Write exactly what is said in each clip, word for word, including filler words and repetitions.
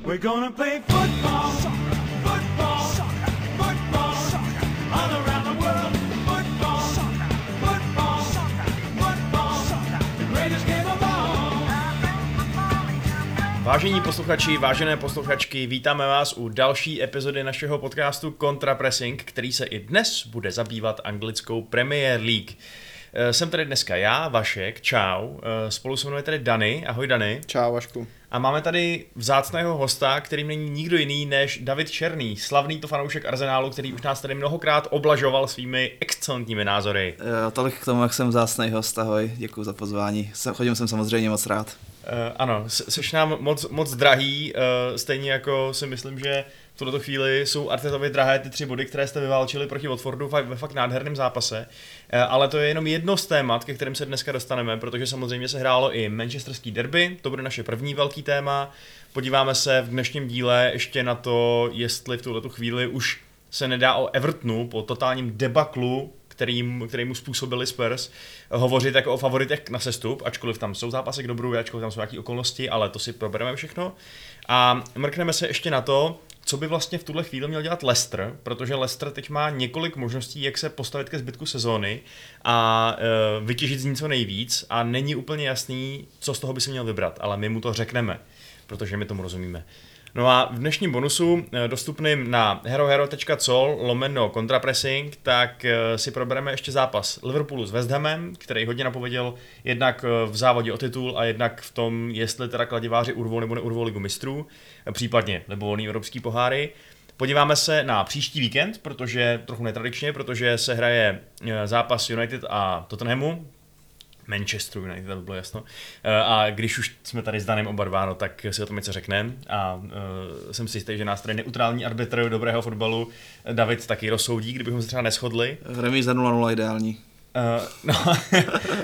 We're gonna play football, football, football, all around the world. Football, football, football, the greatest game of all. Vážení posluchači, vážené posluchačky, vítáme vás u další epizody našeho podcastu Contra Pressing, který se i dnes bude zabývat anglickou Premier League. Jsem tady dneska já, Vašek, čau, spolu se mnou je tady Dany, ahoj Dany. Čau Vašku. A máme tady vzácného hosta, kterým není nikdo jiný než David Černý, slavný to fanoušek Arsenálu, který už nás tady mnohokrát oblažoval svými excelentními názory. Jo, tolik k tomu, jak jsem vzácnej host, ahoj, děkuji za pozvání, chodím jsem samozřejmě moc rád. Uh, ano, seš nám moc, moc drahý, uh, stejně jako si myslím, že v tuto chvíli jsou Artetovi drahé ty tři body, které jste vyválčili proti Watfordu ve fakt nádherném zápase, uh, ale to je jenom jedno z témat, ke kterým se dneska dostaneme, protože samozřejmě se hrálo i manchesterský derby, to bude naše první velký téma, podíváme se v dnešním díle ještě na to, jestli v tuto chvíli už se nedá o Evertonu po totálním debaklu, Kterým, kterýmu způsobili Spurs, hovořit jako o favoritech na sestup, ačkoliv tam jsou zápasy k dobru, ačkoliv tam jsou nějaké okolnosti, ale to si probereme všechno. A mrkneme se ještě na to, co by vlastně v tuhle chvíli měl dělat Leicester, protože Leicester teď má několik možností, jak se postavit ke zbytku sezóny a e, vytěžit z ní co nejvíc a není úplně jasný, co z toho by si měl vybrat, ale my mu to řekneme, protože my tomu rozumíme. No a v dnešním bonusu, dostupným na herohero tečka co lomeno kontrapressing, tak si probereme ještě zápas Liverpoolu s West Hamem, který hodně napověděl jednak v závodě o titul a jednak v tom, jestli teda kladiváři urvou nebo neurvou ligu mistrů, případně libovolný evropský poháry. Podíváme se na příští víkend, protože trochu netradičně, protože se hraje zápas United a Tottenhamu, Manchesteru United, to by bylo jasno. A když už jsme tady s Danem oba dva, no, tak si o tom něco řekneme. A uh, jsem si jistý, že nás tady neutrální arbitr dobrého fotbalu David taky rozsoudí, kdybychom se třeba neshodli. Remíza nula nula ideální. Uh, no, uh,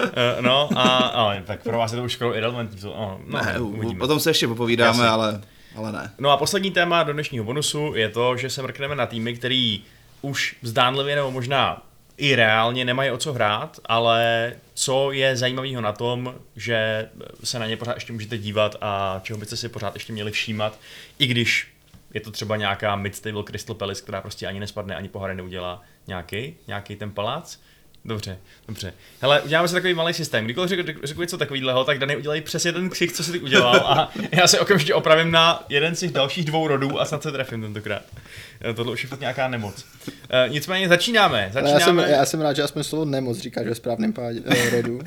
no a, a tak pro vás je to už skoro irrelevantní. No, no, ne, uvidíme. O tom se ještě popovídáme, ale, ale ne. No a poslední téma do dnešního bonusu je to, že se mrkneme na týmy, který už zdánlivě nebo možná i reálně nemají o co hrát, ale co je zajímavého na tom, že se na ně pořád ještě můžete dívat a čeho byste si pořád ještě měli všímat, i když je to třeba nějaká mid-table Crystal Palace, která prostě ani nespadne, ani pohary neudělá nějaký, nějaký ten palác. Dobře, dobře. Hele, uděláme si takový malý systém. Kdykoliv řekl, řekl něco takovýhleho, tak Dany udělají přesně ten ksich, co si ty udělal a já se okamžitě opravím na jeden z těch dalších dvou rodů a snad se trefím tentokrát. Tohle už je fakt nějaká nemoc. E, nicméně začínáme. začínáme. Já, jsem, já jsem rád, že aspoň slovo nemoc říkáš ve správném pádě, eh, rodu.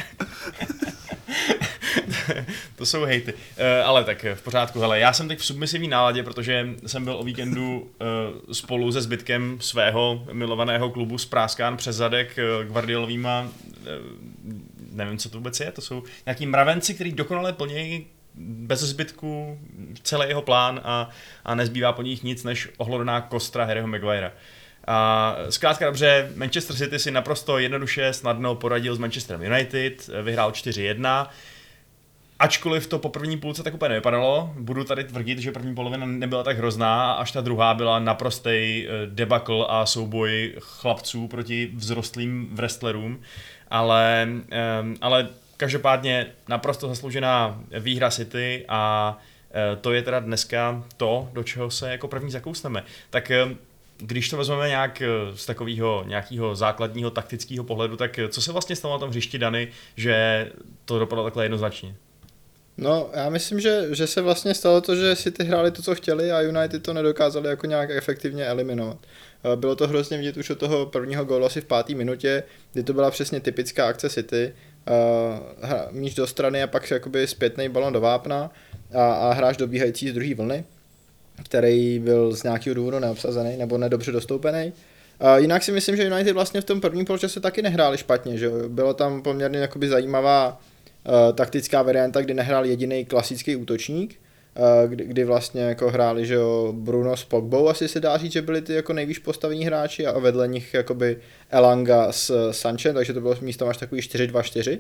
To jsou hejty. Uh, ale tak v pořádku, hele, já jsem teď v submisivní náladě, protože jsem byl o víkendu uh, spolu se zbytkem svého milovaného klubu spráskán přes zadek uh, Guardiolovýma, uh, nevím, co to vůbec je, to jsou nějaký mravenci, který dokonale plnějí bez zbytku celý jeho plán a, a nezbývá po nich nic než ohlodaná kostra Harryho Maguirea. A zkrátka dobře, Manchester City si naprosto jednoduše snadno poradil s Manchesterem United, vyhrál čtyři jedna. Ačkoliv to po první půlce tak úplně nevypadalo, budu tady tvrdit, že první polovina nebyla tak hrozná, až ta druhá byla naprostej debakl a souboj chlapců proti vzrostlým wrestlerům, ale, ale každopádně naprosto zasloužená výhra City a to je teda dneska to, do čeho se jako první zakousneme. Tak když to vezmeme nějak z takového nějakého základního taktického pohledu, tak co se vlastně stalo na tom hřišti, Dany, že to dopadlo takhle jednoznačně? No, já myslím, že, že se vlastně stalo to, že City hráli to, co chtěli a United to nedokázali jako nějak efektivně eliminovat. Bylo to hrozně vidět už od toho prvního gólu asi v páté minutě, kdy to byla přesně typická akce City. Míč do strany a pak jakoby zpětnej balon do vápna a, a hráč dobíhající z druhé vlny, který byl z nějakého důvodu neobsazený nebo nedobře dostoupený. Uh, jinak si myslím, že United vlastně v tom prvním poločase taky nehráli špatně, že bylo tam poměrně jakoby zajímavá uh, taktická varianta, kdy nehrál jediný klasický útočník, uh, kdy, kdy vlastně jako hráli, že jo, Bruno s Pogbou, asi se dá říct, že byli ty jako nejvíc postavení hráči a vedle nich jakoby Elanga s Sanchem, takže to bylo místo až takový čtyři dva čtyři.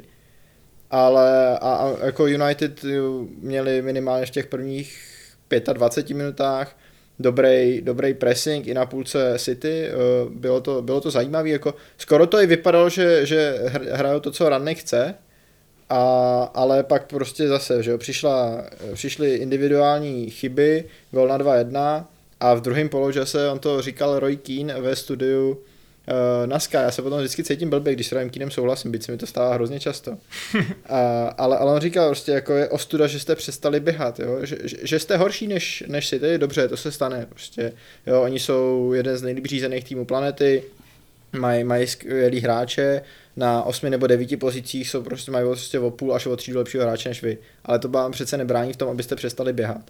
Ale a, a jako United měli minimálně v těch prvních dvaceti pěti minutách dobrý, dobrý pressing i na půlce City, bylo to, bylo to zajímavé, jako skoro to i vypadalo, že, že hrajou to, co Rannick chce A, ale pak prostě zase, že jo, přišla, přišly individuální chyby, gól na dva jedna a v druhém poločase, on to říkal Roy Keane ve studiu uh, na Sky, já se potom vždycky cítím blbě, když s Royem Keanem souhlasím, byť se mi to stává hrozně často. A, ale, ale on říkal prostě, jako je ostuda, že jste přestali běhat, jo? Že, že, že jste horší než, než si, to je dobře, to se stane, prostě, jo, oni jsou jeden z nejlíp řízených týmů planety, mají, mají skvělý hráče, na osmi nebo devíti pozicích jsou prostě, mají prostě o půl až o třídu lepšího hráče než vy. Ale to vám přece nebrání v tom, abyste přestali běhat.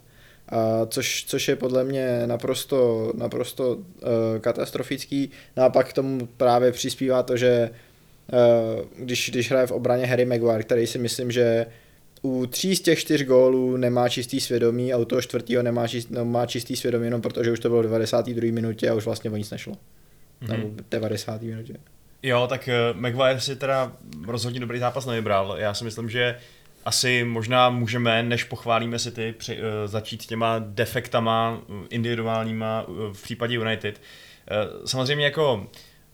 A což, což je podle mě naprosto, naprosto uh, katastrofický. No a pak k tomu právě přispívá to, že uh, když, když hraje v obraně Harry Maguire, který si myslím, že u tří z těch čtyř gólů nemá čistý svědomí a u toho čtvrtého nemá, čist, no, má čistý svědomí jenom protože už to bylo v devadesáté druhé minutě a už vlastně o nic nešlo. Mm-hmm. Nebo v devadesáté minutě. Jo, tak uh, Maguire si teda rozhodně dobrý zápas nevybral. Já si myslím, že asi možná můžeme, než pochválíme City, při, uh, začít těma defektama individuálníma uh, v případě United. Uh, samozřejmě jako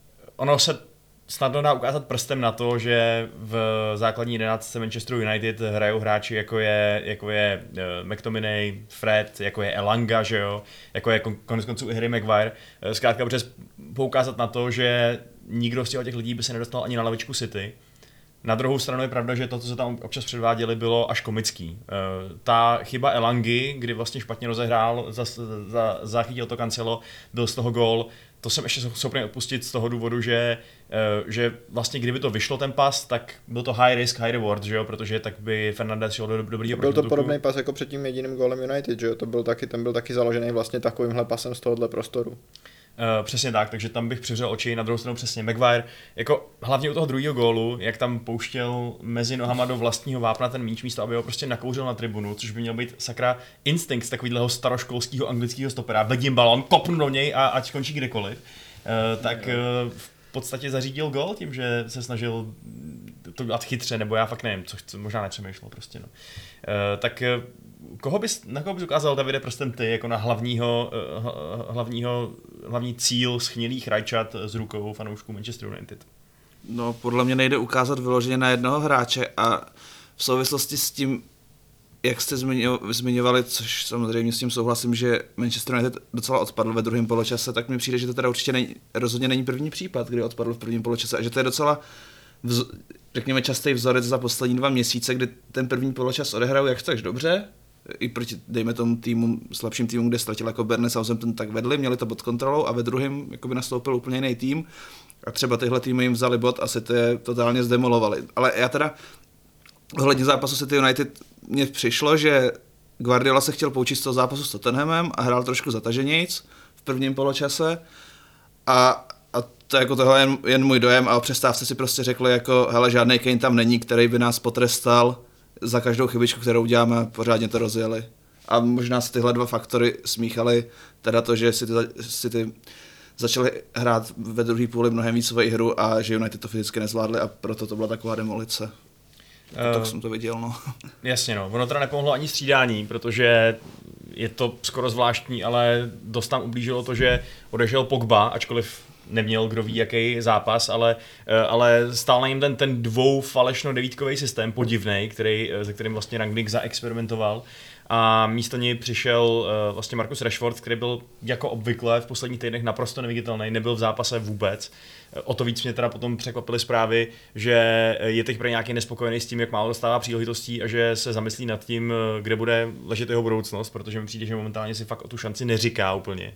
ono se snadno dá ukázat prstem na to, že v základní jedenáctce Manchesteru United hrajou hráči jako je, jako je uh, McTominay, Fred, jako je Elanga, že jo, jako je kon, konec konců i Harry Maguire. Uh, zkrátka přes poukázat na to, že nikdo z těch lidí by se nedostal ani na lavičku City. Na druhou stranu je pravda, že to, co se tam občas předváděli, bylo až komický. Uh, ta chyba Elangy, kdy vlastně špatně rozehrál, za, za, zachytil to Cancelo, byl z toho gól. To jsem ještě schopný odpustit z toho důvodu, že, uh, že vlastně kdyby to vyšlo ten pas, tak byl to high risk, high reward, že jo? Protože tak by Fernandes šel do, do dobrýho protiútoku. Byl to podobný pas jako před tím jediným gólem United, že jo? To byl taky, ten byl taky založený vlastně takovýmhle pasem z tohohle prostoru. Uh, přesně tak, takže tam bych přivřel oči, na druhou stranu přesně Maguire, jako hlavně u toho druhého gólu, jak tam pouštěl mezi nohama do vlastního vápna ten míč místo, aby ho prostě nakouřil na tribunu, což by měl být sakra instinkt z takového staroškolského anglického stopera, vedím balon, kopnu do něj a ať končí kdekoliv, uh, tak uh, v podstatě zařídil gól tím, že se snažil to dělat chytře, nebo já fakt nevím, co, co možná nepřemýšlel prostě, no. Uh, tak uh, Koho bys, na koho bys ukázal, Davide, prstem ty, jako na hlavního, hlavního, hlavní cíl schnilých rajčat s rukou fanoušků Manchester United? No, podle mě nejde ukázat vyloženě na jednoho hráče a v souvislosti s tím, jak jste zmiňovali, což samozřejmě s tím souhlasím, že Manchester United docela odpadl ve druhém poločase, tak mi přijde, že to teda určitě není, rozhodně není první případ, kdy odpadl v prvním poločase a že to je docela, vz, řekněme, častý vzorec za poslední dva měsíce, kdy ten první poločas odehrál jak tak dobře, i proti, dejme tomu týmu, slabším týmu, kde ztratil jako Burnley, Southampton, tak vedli, měli to pod kontrolou a ve druhém jakoby nastoupil úplně jiný tým a třeba tyhle týmy jim vzali bod a City je totálně zdemolovali. Ale já teda ohledně zápasu City United mně přišlo, že Guardiola se chtěl poučit z toho zápasu s Tottenhamem a hrál trošku zataženějc v prvním poločase a, a to jako tohle je jen, jen můj dojem a o přestávce si prostě řekli jako hele, žádný Kane tam není, který by nás potrestal za každou chybičku, kterou uděláme, pořádně to rozjeli. A možná se tyhle dva faktory smíchaly, teda to, že si ty, si ty začali hrát ve druhé půli mnohem víc svoji hru a že United to fyzicky nezvládli a proto to byla taková demolice. Uh, tak jsem to viděl, no. Jasně, no. Ono teda nepomohlo ani střídání, protože je to skoro zvláštní, ale dost tam ublížilo to, že odešel Pogba, ačkoliv neměl kdo ví jaký zápas, ale, ale stál na jim ten, ten dvou falešno devítkový systém podivnej, který, se kterým vlastně Rangnick zaexperimentoval a místo něj přišel uh, vlastně Marcus Rashford, který byl jako obvykle v posledních týdnech naprosto neviditelný, nebyl v zápase vůbec. O to víc mě teda potom překvapily zprávy, že je teď pro nějaký nespokojený s tím, jak málo dostává příležitostí a že se zamyslí nad tím, kde bude ležet jeho budoucnost, protože mi přijde, že momentálně si fakt o tu šanci neříká úplně.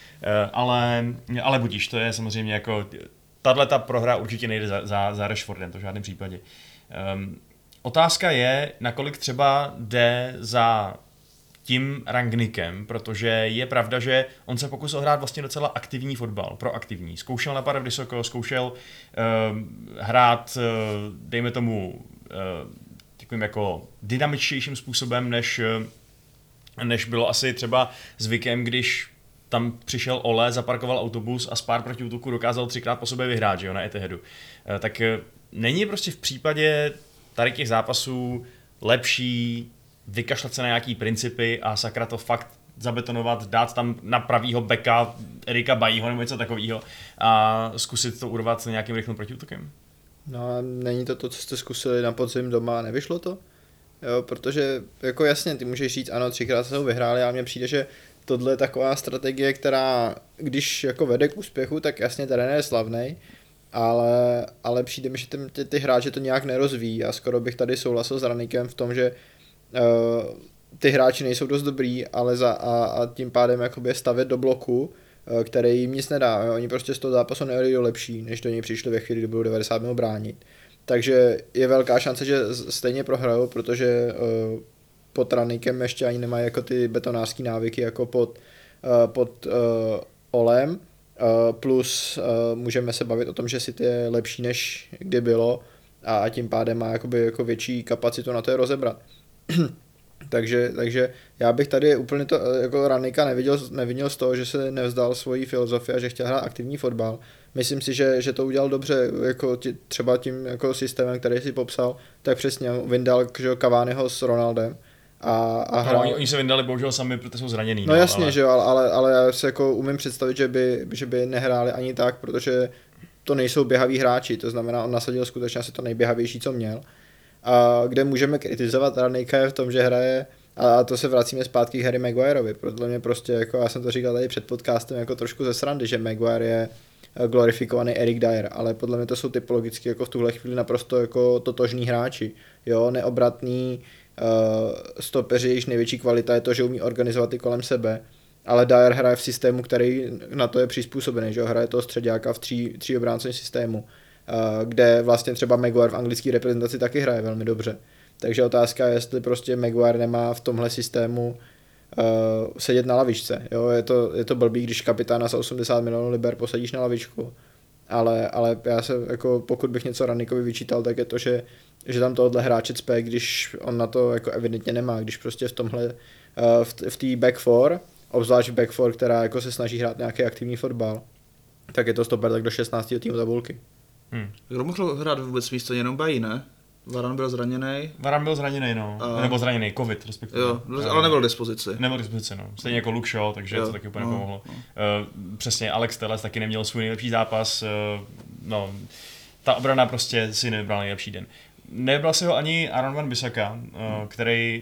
Ale, ale budíš, to je samozřejmě jako, tato prohra určitě nejde za, za, za Rashfordem, to v žádném případě. Um, otázka je, nakolik třeba jde za tím Rangnickem, protože je pravda, že on se pokusil hrát vlastně docela aktivní fotbal, proaktivní. Zkoušel napadat vysoko, zkoušel uh, hrát, uh, dejme tomu, uh, takovým jako dynamičtějším způsobem, než, uh, než bylo asi třeba zvykem, když tam přišel Ole, zaparkoval autobus a z pár protiútoků dokázal třikrát po sobě vyhrát, že jo, na Etihadu. E, tak e, není prostě v případě tady těch zápasů lepší vykašlat se na nějaký principy a sakra to fakt zabetonovat, dát tam na pravýho beka Erika Baillyho nebo něco takového a zkusit to urvat nějakým rychlým protiútokem? No a není to to, co jste zkusili na podzim doma, nevyšlo to? Jo, protože jako jasně, ty můžeš říct, ano, třikrát se ho vyhráli, ale mně přijde, že tohle je taková strategie, která, když jako vede k úspěchu, tak jasně trenér je slavnej, ale, ale přijde mi, že ty, ty, ty hráči to nějak nerozvíjí a skoro bych tady souhlasil s Ranikem v tom, že uh, ty hráči nejsou dost dobrý, ale za, a, a tím pádem jakoby stavět do bloku, uh, který jim nic nedá. Jo? Oni prostě z toho zápasu neodejdou lepší, než do něj přišli ve chvíli, kdy budou devadesát minut bránit. Takže je velká šance, že stejně prohrajou, protože uh, pod Ranikem ještě ani nemají jako ty betonářský návyky jako pod, uh, pod uh, Olem. Uh, plus uh, můžeme se bavit o tom, že City je lepší než kdy bylo a tím pádem má jakoby jako větší kapacitu na to je rozebrat. takže, takže já bych tady úplně to jako Ranika neviděl, neviděl z toho, že se nevzdal svojí filozofii a že chtěl hrát aktivní fotbal. Myslím si, že, že to udělal dobře, jako tí, třeba tím jako systémem, který si popsal, tak přesně vyndal Cavaniho s Ronaldem. A, a no, oni, oni se vydali bohužel sami, protože jsou zraněný. No, no jasně, ale... že jo, ale, ale já se jako umím představit, že by, že by nehráli ani tak, protože to nejsou běhaví hráči, to znamená, on nasadil skutečně asi to nejběhavější, co měl. A kde můžeme kritizovat Ranika je v tom, že hraje, a to se vracíme zpátky k Harry Maguireovi, protože mě prostě, jako já jsem to říkal tady před podcastem, jako trošku ze srandy, že Maguire je glorifikovaný Eric Dyer, ale podle mě to jsou typologicky jako v tuhle chvíli naprosto jako totožní hráči, jo, neobratný uh, stopeři, jejichž největší kvalita je to, že umí organizovat i kolem sebe, ale Dyer hraje v systému, který na to je přizpůsobený, že jo, hraje toho středáka v tří, tří obráncovém systému, uh, kde vlastně třeba Maguire v anglické reprezentaci taky hraje velmi dobře. Takže otázka je, jestli prostě Maguire nemá v tomhle systému uh, sedět na lavičce. Jo? Je, to, je to blbý, když kapitána za osmdesát milionů liber posadíš na lavičku. Ale, ale já se, jako, pokud bych něco Ranikovi vyčítal, tak je to, že, že tam tohohle hráče cpe, když on na to jako evidentně nemá. Když prostě v tomhle, uh, v, v té back four, obzvlášť back four, která jako se snaží hrát nějaký aktivní fotbal, tak je to stoper tak do šestnáctého týmu tabulky. Hmm. Kdo mohl hrát vůbec místo jenom Bají, ne? Varan byl zraněný. Varan byl zraněný, no. A... Nebo zraněný, covid respektive. Jo, ale nebyl k dispozici. Nebyl k dispozici, no. Stejně jako Luke Shaw, takže jo, to taky úplně no, nepomohlo. No. Uh, přesně, Alex Telles taky neměl svůj nejlepší zápas. Uh, no, ta obrana prostě si nevybral nejlepší den. Nevybral si ho ani Aaron Wan-Bissaka, uh, hmm. který...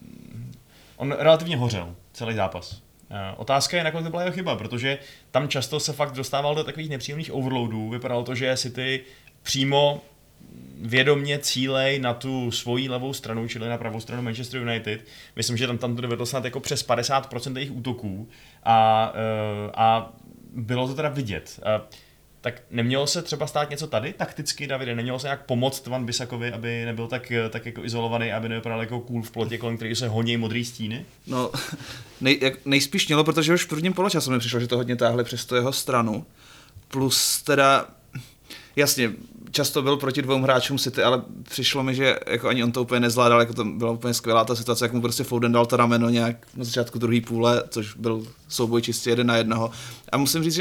On relativně hořel celý zápas. Uh, otázka je, nakonec to byla jeho chyba, protože tam často se fakt dostával do takových nepříjemných overloadů. Vypadalo to, že City přímo vědomě cílej na tu svoji levou stranu, čili na pravou stranu Manchester United. Myslím, že tam, tam to dovedlo snad jako přes padesát procent jejich útoků a, a bylo to teda vidět. A, tak nemělo se třeba stát něco tady takticky, Davide? Nemělo se nějak pomoct Wan-Bissakovi, aby nebyl tak, tak jako izolovaný, aby nevypadal jako kůl v plotě, kolem kterého se honí modrý stíny? No, nej, jak, nejspíš mělo, protože už v prvním poločasu mi přišlo, že to hodně táhli přes tu jeho stranu. Plus teda, jasně, často byl proti dvou hráčům City, ale přišlo mi, že jako ani on to úplně nezvládal, jako to byla úplně skvělá ta situace, jak mu prostě Foden dal to rameno nějak na začátku druhé půle, což byl souboj čistě jeden na jednoho. A musím říct, že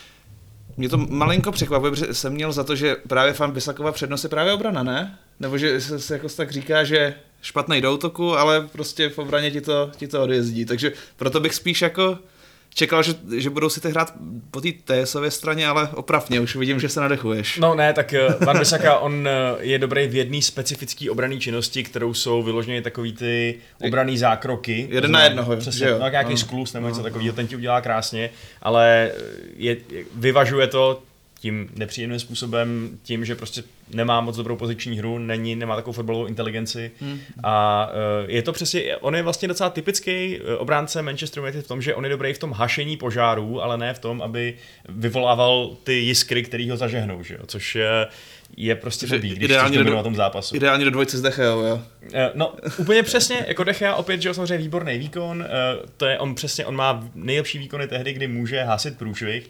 mě to malinko překvapuje, protože jsem měl za to, že právě Wan-Bissakova přednost je právě obrana, ne? Nebo že se, se jako tak říká, že špatnej do útoku, ale prostě v obraně ti to, ti to odjezdí. Takže proto bych spíš jako čekal, že, že budou si ty hrát po té té TSově straně, ale opravně, už vidím, že se nadechuješ. No ne, tak Wan-Bissaka, on je dobrý v jedné specifické obranné činnosti, kterou jsou vyloženě takový ty obranný zákroky. Jeden na jednoho, přesně, no, nějaký no. sklus nebo něco no. takového, ten ti udělá krásně, ale je, vyvažuje to tím nepříjemným způsobem, tím, že prostě nemá moc dobrou poziční hru, není, nemá takovou fotbalovou inteligenci hmm. a uh, je to přesně, on je vlastně docela typický obránce Manchester United v tom, že on je dobrý v tom hašení požárů, ale ne v tom, aby vyvolával ty jiskry, který ho zažehnou, že jo? Což je, je prostě blbý, když ideálně to do, na tom zápasu. Ideálně do dvojce s De Geou, jo? Uh, no, úplně přesně, jako De Gea opět, že jo, samozřejmě výborný výkon, uh, to je on přesně, on má nejlepší výkony tehdy, kdy může hasit průšvih.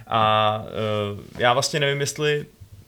A uh, já vlastně nevím, jestli,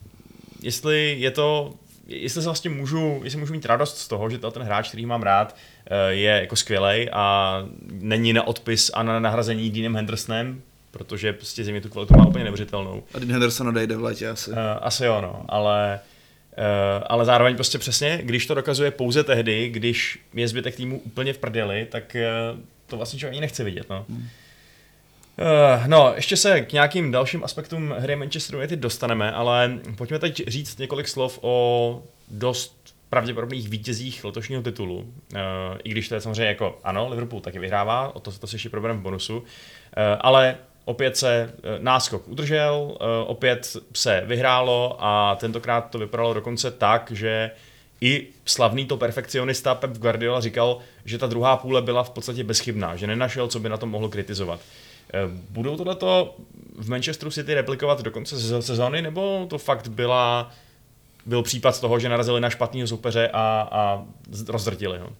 jestli je to, jestli se vlastně můžu, jestli můžu mít radost z toho, že ten hráč, který mám rád, uh, je jako skvělej a není na odpis a na nahrazení Deanem Hendersonem, protože prostě země tu kvalitu má úplně nevřitelnou. A Dean Henderson odejde v létě asi. Uh, asi jo, no, ale, uh, ale zároveň prostě přesně, když to dokazuje pouze tehdy, když je zbytek týmu úplně v prdeli, tak uh, to vlastně člověk ani nechce vidět, no. Hmm. Uh, no, ještě se k nějakým dalším aspektům hry Manchester United dostaneme, ale pojďme teď říct několik slov o dost pravděpodobných vítězích letošního titulu. Uh, I když to je samozřejmě jako, ano, Liverpool taky vyhrává, o to, to si ještě probereme v bonusu, uh, ale opět se uh, náskok udržel, uh, opět se vyhrálo a tentokrát to vypadalo dokonce tak, že i slavný to perfekcionista Pep Guardiola říkal, že ta druhá půle byla v podstatě bezchybná, že nenašel, co by na tom mohl kritizovat. Budou tohleto v Manchesteru City replikovat do konce sezóny, nebo to fakt byla, byl případ toho, že narazili na špatného soupeře a, a rozdrtili ho?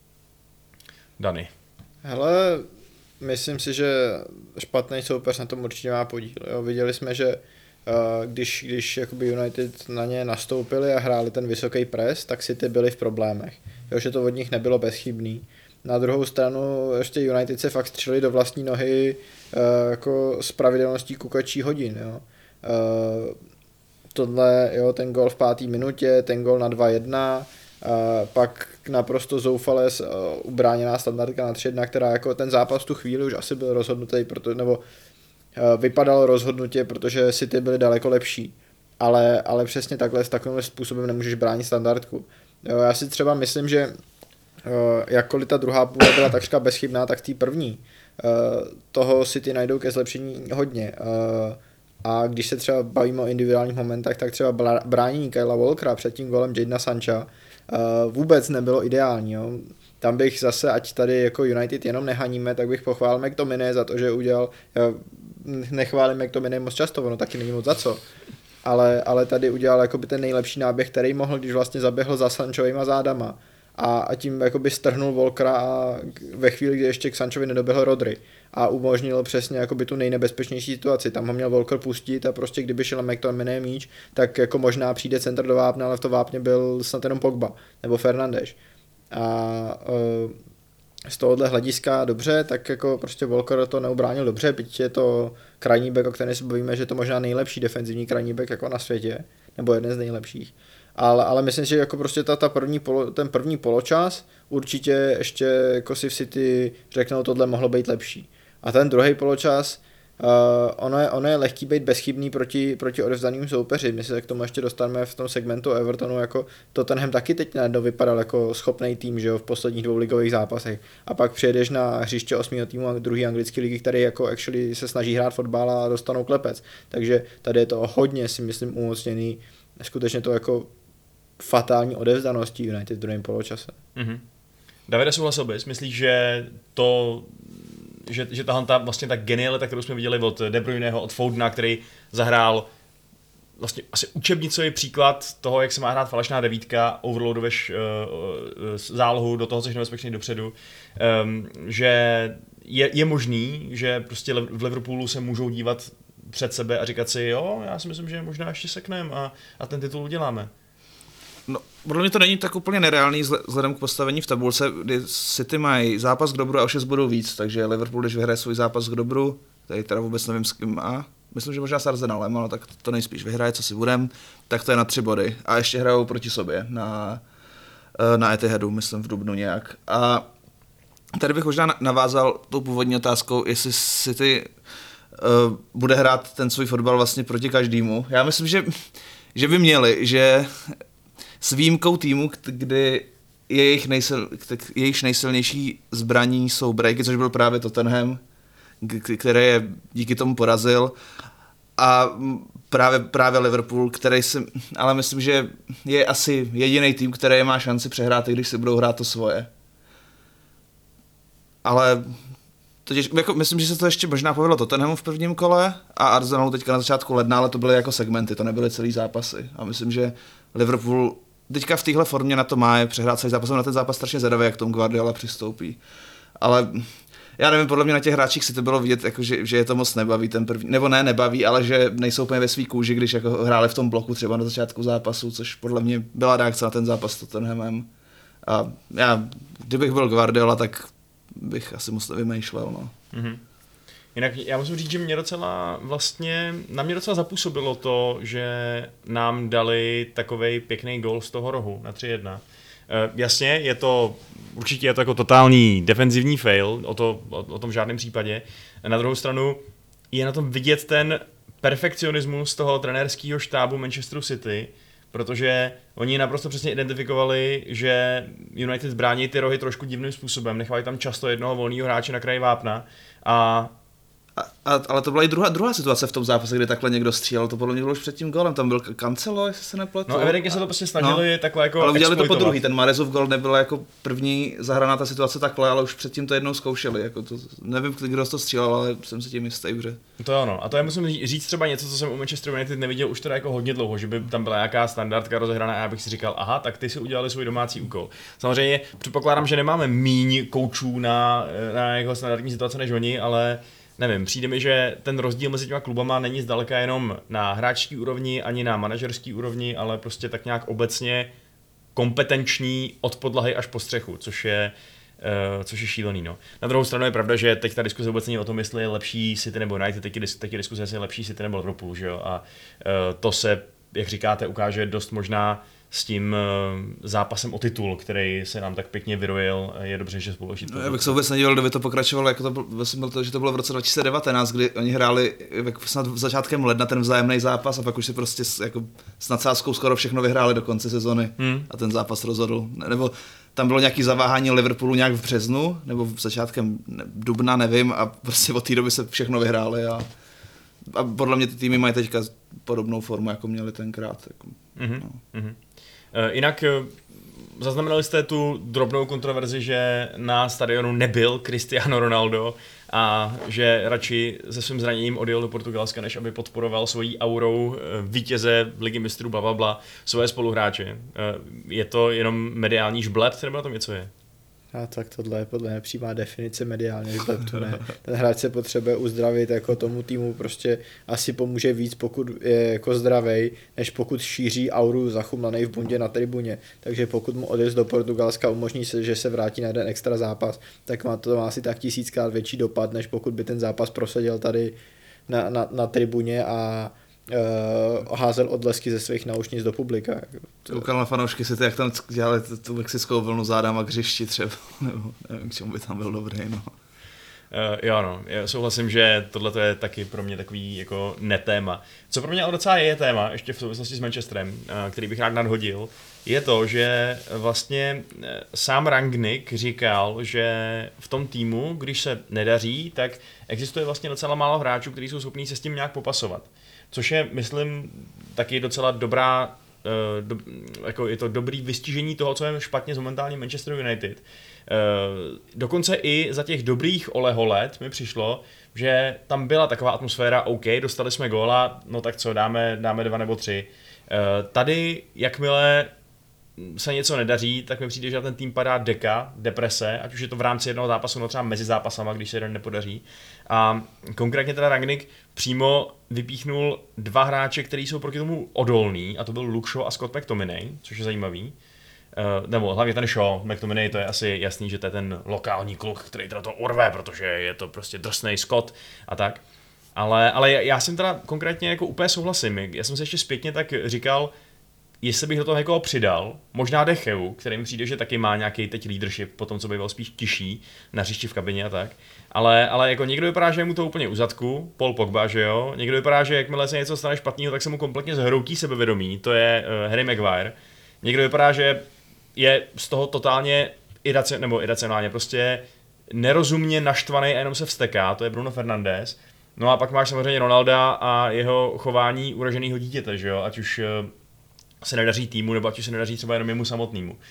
Dani. Hele, myslím si, že špatný soupeř na tom určitě má podíl. Jo. Viděli jsme, že uh, když, když jakoby United na ně nastoupili a hráli ten vysoký pres, tak City byli v problémech. Jo, že to od nich nebylo bezchybný. Na druhou stranu ještě United se fakt střelili do vlastní nohy uh, jako s pravidelností kukačí hodin. Jo. Uh, tohle, jo, ten gol v páté minutě, ten gol na dva jedna, uh, pak naprosto zoufale uh, ubráněná standardka na tři jedna, která jako ten zápas tu chvíli už asi byl rozhodnutý, proto, nebo uh, vypadal rozhodnutě, protože City byli daleko lepší. Ale, ale přesně takhle s takovým způsobem nemůžeš bránit standardku. Jo, já si třeba myslím, že Uh, jakkoliv ta druhá půle byla takřka bezchybná, tak v té první uh, toho City najdou ke zlepšení hodně. Uh, a když se třeba bavíme o individuálních momentech, tak třeba bránění Kylea Walkera před tím golem Jadona Sancha uh, vůbec nebylo ideální. Jo. Tam bych zase, ať tady jako United jenom nehaníme, tak bych pochválil McTominay za to, že udělal, já nechválím McTominay moc často, ono taky není moc za co. Ale, ale tady udělal jakoby ten nejlepší náběh, který mohl, když vlastně zaběhl za Sanchovejma zádama. A, a tím jakoby strhnul Walkera a ve chvíli, kdy ještě k Sanchovi nedoběhl Rodri a umožnil přesně jakoby tu nejnebezpečnější situaci. Tam ho měl Walker pustit a prostě kdyby šel McTominay míč, tak jako možná přijde centr do vápna, ale v to vápně byl snad jenom Pogba nebo Fernandes. A uh, z tohohle hlediska dobře, tak jako prostě Walker to neubránil dobře, byť je to krajní back, o kterém si bavíme, že je to možná nejlepší defenzivní krajní back jako na světě, nebo jeden z nejlepších. Ale, ale myslím si, že jako prostě ta, ta první polo, ten první poločas určitě ještě jako si v City řeknou, tohle mohlo být lepší. A ten druhý poločas, uh, ono, je, ono je lehký být bezchybný proti, proti odevzdaným soupeři. My se k tomu ještě dostaneme v tom segmentu Evertonu, jako Tottenham taky teď najednou vypadal jako schopný tým, že jo, v posledních dvou ligových zápasech. A pak přijedeš na hřiště osmého týmu a druhý anglické ligy, který jako actually se snaží hrát fotbal a dostanou klepec. Takže tady je to hodně, si myslím, umocněný. Skutečně to jako fatální odevzdanosti United v druhém poločase. Mm-hmm. Davide, souhlasil bys? Myslíš, že to, že, že tahle ta, vlastně ta genialita, kterou jsme viděli od De Bruyneho, od Foudena, který zahrál vlastně asi učebnicový příklad toho, jak se má hrát falešná devítka, overloaduješ uh, uh, zálohu, do toho jsi nebezpečný dopředu, um, že je, je možný, že prostě v Liverpoolu se můžou dívat před sebe a říkat si, jo, já si myslím, že možná ještě sekneme a, a ten titul uděláme. No, podle mě to není tak úplně nereálný vzhledem k postavení v tabulce, kdy City mají zápas k dobru a už je budou víc, takže Liverpool, když vyhraje svůj zápas k dobru, tady teda vůbec nevím s kým má, myslím, že možná s Arsenalem, ale tak to nejspíš vyhraje, co si budem, tak to je na tři body a ještě hrajou proti sobě na, na Etihadu, myslím v dubnu nějak. A tady bych možná navázal tou původní otázkou, jestli City uh, bude hrát ten svůj fotbal vlastně proti každému. Já myslím, že, že by měli, že s výjimkou týmu, kdy jejich, nejsil, jejich nejsilnější zbraní jsou breaky, což byl právě Tottenham, který je díky tomu porazil, a právě, právě Liverpool, který si, ale myslím, že je asi jediný tým, který má šanci přehrát, i když si budou hrát to svoje. Ale totiž, jako, myslím, že se to ještě možná povedlo Tottenhamu v prvním kole a Arsenalu teďka na začátku ledna, ale to byly jako segmenty, to nebyly celý zápasy. A myslím, že Liverpool teďka v téhle formě na to má je přehrát celý zápas, na ten zápas strašně zvědavý, jak tomu Guardiola přistoupí. Ale já nevím, podle mě na těch hráčích si to bylo vidět, jako, že, že je to moc nebaví ten první, nebo ne nebaví, ale že nejsou úplně ve svý kůži, když jako hráli v tom bloku třeba na začátku zápasu, což podle mě byla reakce na ten zápas s Tottenhamem. A já, kdybych byl Guardiola, tak bych asi moc nevymýšlel, no. Mm-hmm. Jinak já musím říct, že mě docela vlastně, na mě docela zapůsobilo to, že nám dali takovej pěkný gól z toho rohu na tři jedna. jasně, je to, určitě je to jako totální defenzivní fail, o, to, o, o tom v žádném případě. Na druhou stranu je na tom vidět ten perfekcionismus toho trenérského štábu Manchesteru City, protože oni naprosto přesně identifikovali, že United brání ty rohy trošku divným způsobem, nechávají tam často jednoho volného hráče na kraji vápna a A, a, ale to byla i druhá, druhá situace v tom zápase, kdy takhle někdo střílel, to podle mě bylo už před tím golem, tam byl Cancelo, jestli se nepletu. no evidentně se to prostě snažili no, takhle jako ale udělali to po exploitovat. druhý, ten Marezův gol nebyla jako první zahraná ta situace takhle, ale už předtím to jednou zkoušeli, jako to, nevím, kdo to střílel, ale jsem si tím jistý, že. To je ono, a to je musím říct třeba něco, co jsem u Manchester United neviděl už teda jako hodně dlouho, že by tam byla nějaká standardka rozehraná a já bych si říkal, aha, tak ty si udělali svůj domácí úkol. Samozřejmě předpokládám, že nemáme míň koučů na, na jako standardní situace než oni, ale nevím, přijde mi, že ten rozdíl mezi těma klubama není zdaleka jenom na hráčské úrovni, ani na manažerské úrovni, ale prostě tak nějak obecně kompetenční od podlahy až po střechu, což je, uh, což je šílený. No. Na druhou stranu je pravda, že teď ta diskuze vůbec není o tom, jestli je lepší City nebo United, teď je, teď je diskuze, jestli je lepší City nebo Liverpool, že jo? A uh, to se, jak říkáte, ukáže dost možná s tím uh, zápasem o titul, který se nám tak pěkně vyrojil, je dobře, že společně. No, já bych se vůbec nedíval, kdyby to pokračovalo, jako to byl, byl to, že to bylo v roce dva tisíce devatenáct, kdy oni hráli jako snad v začátkem ledna ten vzájemný zápas a pak už si prostě s, jako, s nadsázkou skoro všechno vyhráli do konce sezony hmm. a ten zápas rozhodl. Nebo tam bylo nějaké zaváhání Liverpoolu nějak v březnu, nebo v začátkem dubna, nevím, a prostě od té doby se všechno vyhráli a, a podle mě ty týmy mají teďka podobnou formu, jako měli tenkrát. Jako, mm-hmm. no. mm-hmm. Jinak zaznamenali jste tu drobnou kontroverzi, že na stadionu nebyl Cristiano Ronaldo a že radši se svým zraněním odjel do Portugalska, než aby podporoval svojí aurou vítěze Ligy mistrů blablabla svoje spoluhráče. Je to jenom mediální žbleb, nebo na tom něco je? A tak tohle je podle mě přímá definice mediálně žbleptu, ne. Ten hráč se potřebuje uzdravit, jako tomu týmu prostě asi pomůže víc, pokud je jako zdravej, než pokud šíří auru zachumlanej v bundě na tribuně. Takže pokud mu odjezd do Portugalska umožní se, že se vrátí na jeden extra zápas, tak má to má asi tak tisíckrát větší dopad, než pokud by ten zápas proseděl tady na, na, na tribuně a Uh, házel odlesky ze svých náušnic do publika. Koukal na fanoušky si to, jak tam dělali tu, tu mexickou vlnu zádama k hřišti třeba, nebo nevím, k čemu by tam byl dobrý, no. Uh, jo, no, já souhlasím, že tohle je taky pro mě takový jako netéma. Co pro mě ale docela je téma, ještě v souvislosti s Manchesterem, uh, který bych rád nadhodil, je to, že vlastně sám Rangnick říkal, že v tom týmu, když se nedaří, tak existuje vlastně docela málo hráčů, kteří jsou schopní se s tím nějak popasovat. Což je, myslím, taky docela dobrá, uh, do, jako je to dobrý vystižení toho, co je špatně s momentálně Manchester United. Uh, dokonce i za těch dobrých oleholet mi přišlo, že tam byla taková atmosféra, OK, dostali jsme góla, no tak co, dáme, dáme dva nebo tři. Uh, tady, jakmile se něco nedaří, tak mi přijde, že ten tým padá deka, deprese, ať už je to v rámci jednoho zápasu, no třeba mezi zápasama, když se jeden nepodaří. A konkrétně teda Rangnick přímo vypíchnul dva hráče, kteří jsou proti tomu odolní, a to byl Luke Shaw a Scott McTominay, což je zajímavý. Uh, nebo hlavně ten Shaw, McTominay, to je asi jasný, že to je ten lokální kluk, který teda to urve, protože je to prostě drsnej Scott a tak. Ale, ale já jsem teda konkrétně jako úplně souhlasím. Já jsem se ještě zpětně tak říkal, jestli bych do toho někoho přidal, možná Decheu, který mi přijde, že taky má nějaký teď leadership, po tom, co by byl spíš tiší na hřišti v kabině a tak. Ale, ale jako někdo vypadá, že je mu to úplně u zadku, Paul Pogba, že jo? Někdo vypadá, že jakmile se něco stane špatného, tak se mu kompletně zhroutí sebevědomí, to je uh, Harry Maguire. Někdo vypadá, že je z toho totálně iraci- nebo iracionálně, prostě nerozumně naštvaný a jenom se vzteká, to je Bruno Fernandes. No a pak máš samozřejmě Ronalda a jeho chování uraženého dítěte, že jo? Ať už uh, se nedaří týmu, nebo ať už se nedaří třeba jenom jemu samotnému. Uh,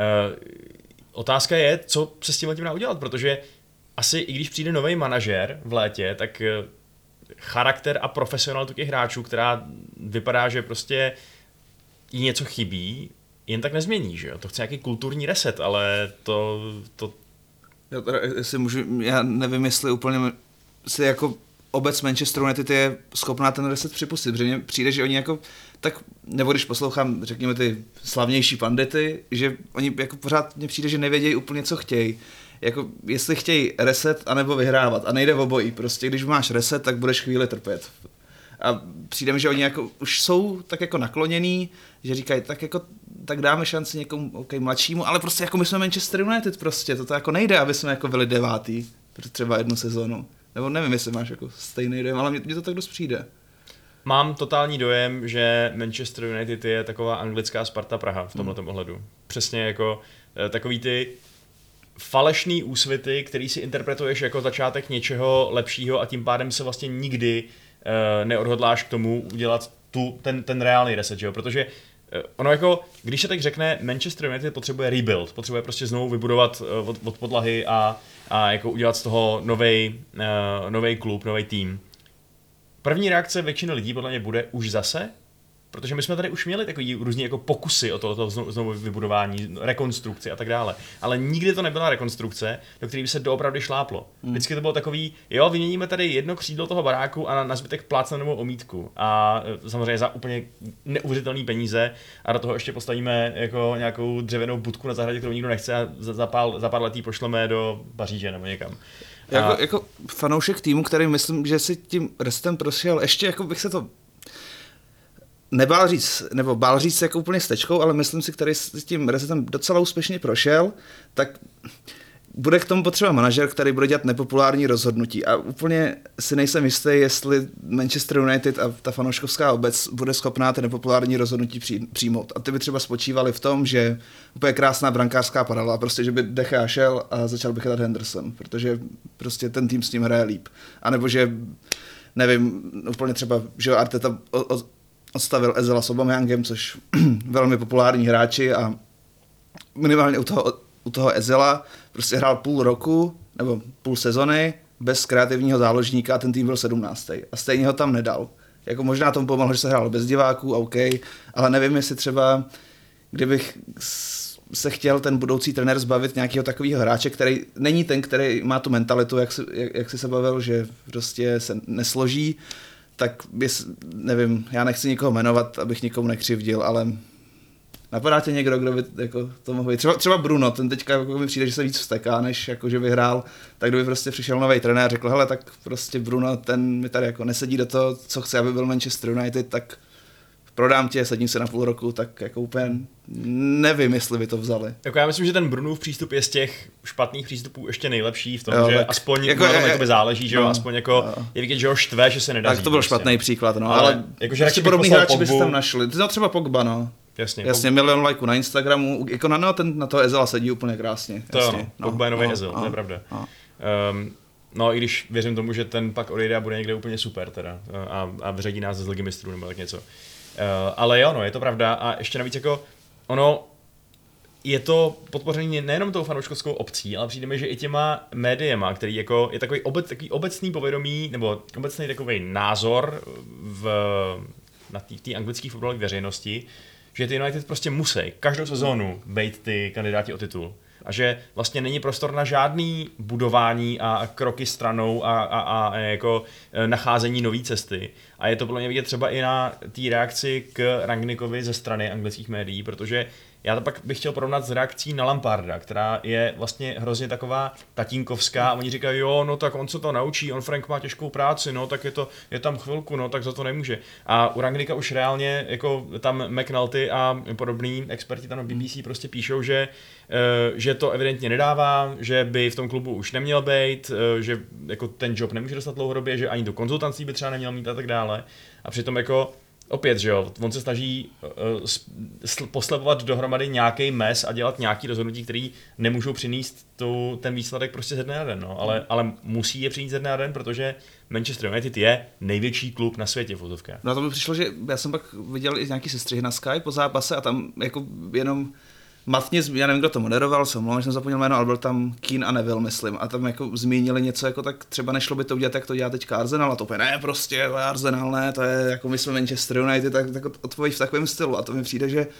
otázka je, co se s tím tím dá udělat, protože asi i když přijde nový manažer v létě, tak uh, charakter a profesionalitu těch hráčů, která vypadá, že prostě jí něco chybí, jen tak nezmění, že jo? To chce nějaký kulturní reset, ale to... to... Já, teda, jestli můžu, já nevím, jestli úplně si jako obec Manchester United je schopná ten reset připustit, protože mně přijde, že oni jako tak, nebo když poslouchám, řekněme, ty slavnější pandity, že oni jako pořád mně přijde, že nevědějí úplně, co chtějí. Jako, jestli chtějí reset, anebo vyhrávat. A nejde v obojí. Prostě, když máš reset, tak budeš chvíli trpět. A přijde mi, že oni jako už jsou tak jako nakloněný, že říkají, tak jako tak dáme šanci někomu okay, mladšímu, ale prostě jako my jsme Manchester United prostě, to, to jako nejde, aby jsme jako byli devátý, třeba jednu sezónu. Nebo nevím, jestli máš jako stejný dojem, ale mně to tak dost přijde. Mám totální dojem, že Manchester United je taková anglická Sparta Praha v tomhletom hmm. ohledu. Přesně jako takový ty falešný úsvity, který si interpretuješ jako začátek něčeho lepšího a tím pádem se vlastně nikdy uh, neodhodláš k tomu udělat tu, ten, ten reálný reset, že jo? Protože uh, ono jako, když se tak řekne, Manchester United potřebuje rebuild, potřebuje prostě znovu vybudovat uh, od, od podlahy a, a jako udělat z toho novej, uh, novej klub, novej tým. První reakce většiny lidí podle mě bude už zase, protože my jsme tady už měli takový různý jako pokusy o tohoto znovu vybudování, rekonstrukci a tak dále. Ale nikdy to nebyla rekonstrukce, do které by se doopravdy šláplo. Hmm. Vždycky to bylo takový, jo, vyměníme tady jedno křídlo toho baráku a na, na zbytek plácne novou omítku. A samozřejmě za úplně neuvěřitelné peníze a do toho ještě postavíme jako nějakou dřevěnou budku na zahradě, kterou nikdo nechce a za, za, pár, za pár letí pošleme do Paříže nebo někam. Jako, a... jako fanoušek týmu, který myslím, že si tím restem prošel, ještě jako bych se to nebál říct, nebo bál říct jako úplně s tečkou, ale myslím si, který s tím resetem docela úspěšně prošel, tak bude k tomu potřeba manažer, který bude dělat nepopulární rozhodnutí. A úplně si nejsem jistý, jestli Manchester United a ta fanouškovská obec bude schopná ty nepopulární rozhodnutí přijmout. A ty by třeba spočívaly v tom, že úplně krásná brankářská paralela, prostě, že by De Gea šel a začal by chytat Henderson, protože prostě ten tým s tím hraje líp. A nebo že, nevím, úplně třeba, že Arteta o, o, odstavil Ezela s Aubameyangem, což velmi populární hráči a minimálně u toho, u toho Ezela prostě hrál půl roku nebo půl sezony bez kreativního záložníka a ten tým byl sedmnáctý a stejně ho tam nedal. Jako možná tomu pomohlo, že se hrál bez diváků, OK, ale nevím, jestli třeba, kdybych se chtěl ten budoucí trenér zbavit nějakého takového hráče, který není ten, který má tu mentalitu, jak, si, jak, jak jsi se bavil, že prostě se nesloží, tak bys, nevím, já nechci nikoho jmenovat, abych nikomu nekřivdil, ale napadá tě někdo, kdo by jako to mohl být. Třeba, třeba Bruno, ten teďka jako mi přijde, že se víc vzteká, než jako, že vyhrál, tak kdyby prostě přišel nový trenér a řekl, hele, tak prostě Bruno, ten mi tady jako nesedí do toho, co chce, aby byl Manchester United, tak prodám tě, sedím se na půl roku, tak jako úplně nevím, jestli by to vzali. Jako já myslím, že ten Brunův přístup je z těch špatných přístupů ještě nejlepší v tom, jo, že tak, aspoň jako, na tom je, jakoby záleží, že jo, no, aspoň jako no. Je vidět, že ho štve, že se nedaří. Tak to byl prostě, špatný no. příklad, no, ale, ale jakože prostě podobný hráči by se tam našli. No třeba Pogba, no. Jasně, jasně Pog... milion lajků na Instagramu, jako na, no, ten na toho Ezela sedí úplně krásně. To jasně, ano, no, Pogba je nový no, Ezel, no, to je pravda. No. Um, no i když věřím tomu, že ten pak odejde a bude někde úplně super teda a, a vyřadí nás z Ligy mistrů nebo tak něco. Uh, ale jo, no, je to pravda a ještě navíc jako ono je to podpořený nejenom tou fanouškovskou obcí, ale přijde mi, že i těma médiema, který jako je takový, obec, takový obecný povědomí, nebo obecný takový názor v, na té anglické fotbalové veřejnosti, že ty United prostě musí každou sezónu být ty kandidáti o titul. A že vlastně není prostor na žádný budování a kroky stranou a, a, a jako nacházení nové cesty. A je to podle mě vidět třeba i na té reakci k Rangnickovi ze strany anglických médií, protože já to pak bych chtěl porovnat s reakcí na Lamparda, která je vlastně hrozně taková tatínkovská a oni říkají, jo, no tak on se to naučí, on Frank má těžkou práci, no tak je to, je tam chvilku, no tak za to nemůže. A u Rangnicka už reálně, jako tam McNulty a podobný experti tam na B B C prostě píšou, že, že to evidentně nedává, že by v tom klubu už neměl být, že jako ten job nemůže dostat dlouhodobě, že ani do konzultancí by třeba neměl mít a tak dále. A přitom jako opět, že jo, on se snaží uh, poslepovat dohromady nějaký mes a dělat nějaký rozhodnutí, který nemůžou přinést tu, ten výsledek prostě ze dne na den, no. ale, ale musí je přinést ze dne na den, protože Manchester United je největší klub na světě v fotovkách. No to by přišlo, že já jsem pak viděl i nějaký sestřihy na Sky po zápase a tam jako jenom matně, já nevím, kdo to moderoval, jsem mluvil, že jsem zapomněl jméno, ale byl tam Keane a Neville, myslím, a tam jako zmínili něco, jako tak třeba nešlo by to udělat, jak to dělá teďka Arsenal, a to úplně ne, prostě, Arsenal ne, to je jako my jsme Manchester United, tak, tak odpověď v takovém stylu, a to mi přijde, že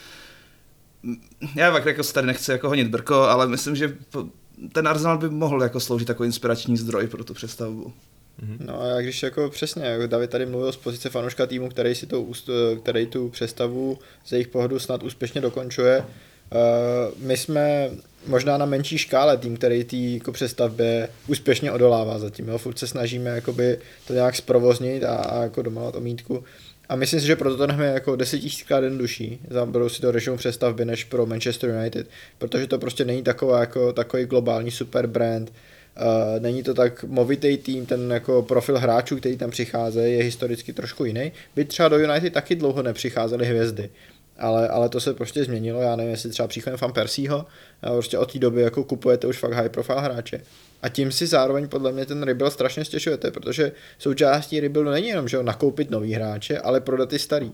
já fakt jako tady nechci jako honit brko, ale myslím, že ten Arsenal by mohl jako sloužit jako inspirační zdroj pro tu přestavbu. No a když jako přesně, jako David tady mluvil z pozice fanouška týmu, který si to, který tu přestavu z jejich pohledu snad úspěšně dokončuje, my jsme možná na menší škále tým, který tý jako přestavbě úspěšně odolává zatím. Jo? Furt se snažíme jakoby to nějak zprovoznit a, a jako domalat omítku. A myslím si, že pro Tottenham je jako deset tisíckrát jednodušší zaberou si to režimu přestavby než pro Manchester United, protože to prostě není taková, jako, takový globální super brand. Uh, není to tak movitý tým, ten jako profil hráčů, který tam přicházejí, je historicky trošku jiný. Byť třeba do United taky dlouho nepřicházely hvězdy, ale, ale to se prostě změnilo. Já nevím, jestli třeba příchodem Van Persieho, prostě od té doby jako kupujete už fakt high profile hráče. A tím si zároveň podle mě ten rebuild strašně stěžujete, protože součástí rebuildu není jenom, že ho nakoupit nový hráče, ale prodat ty starý.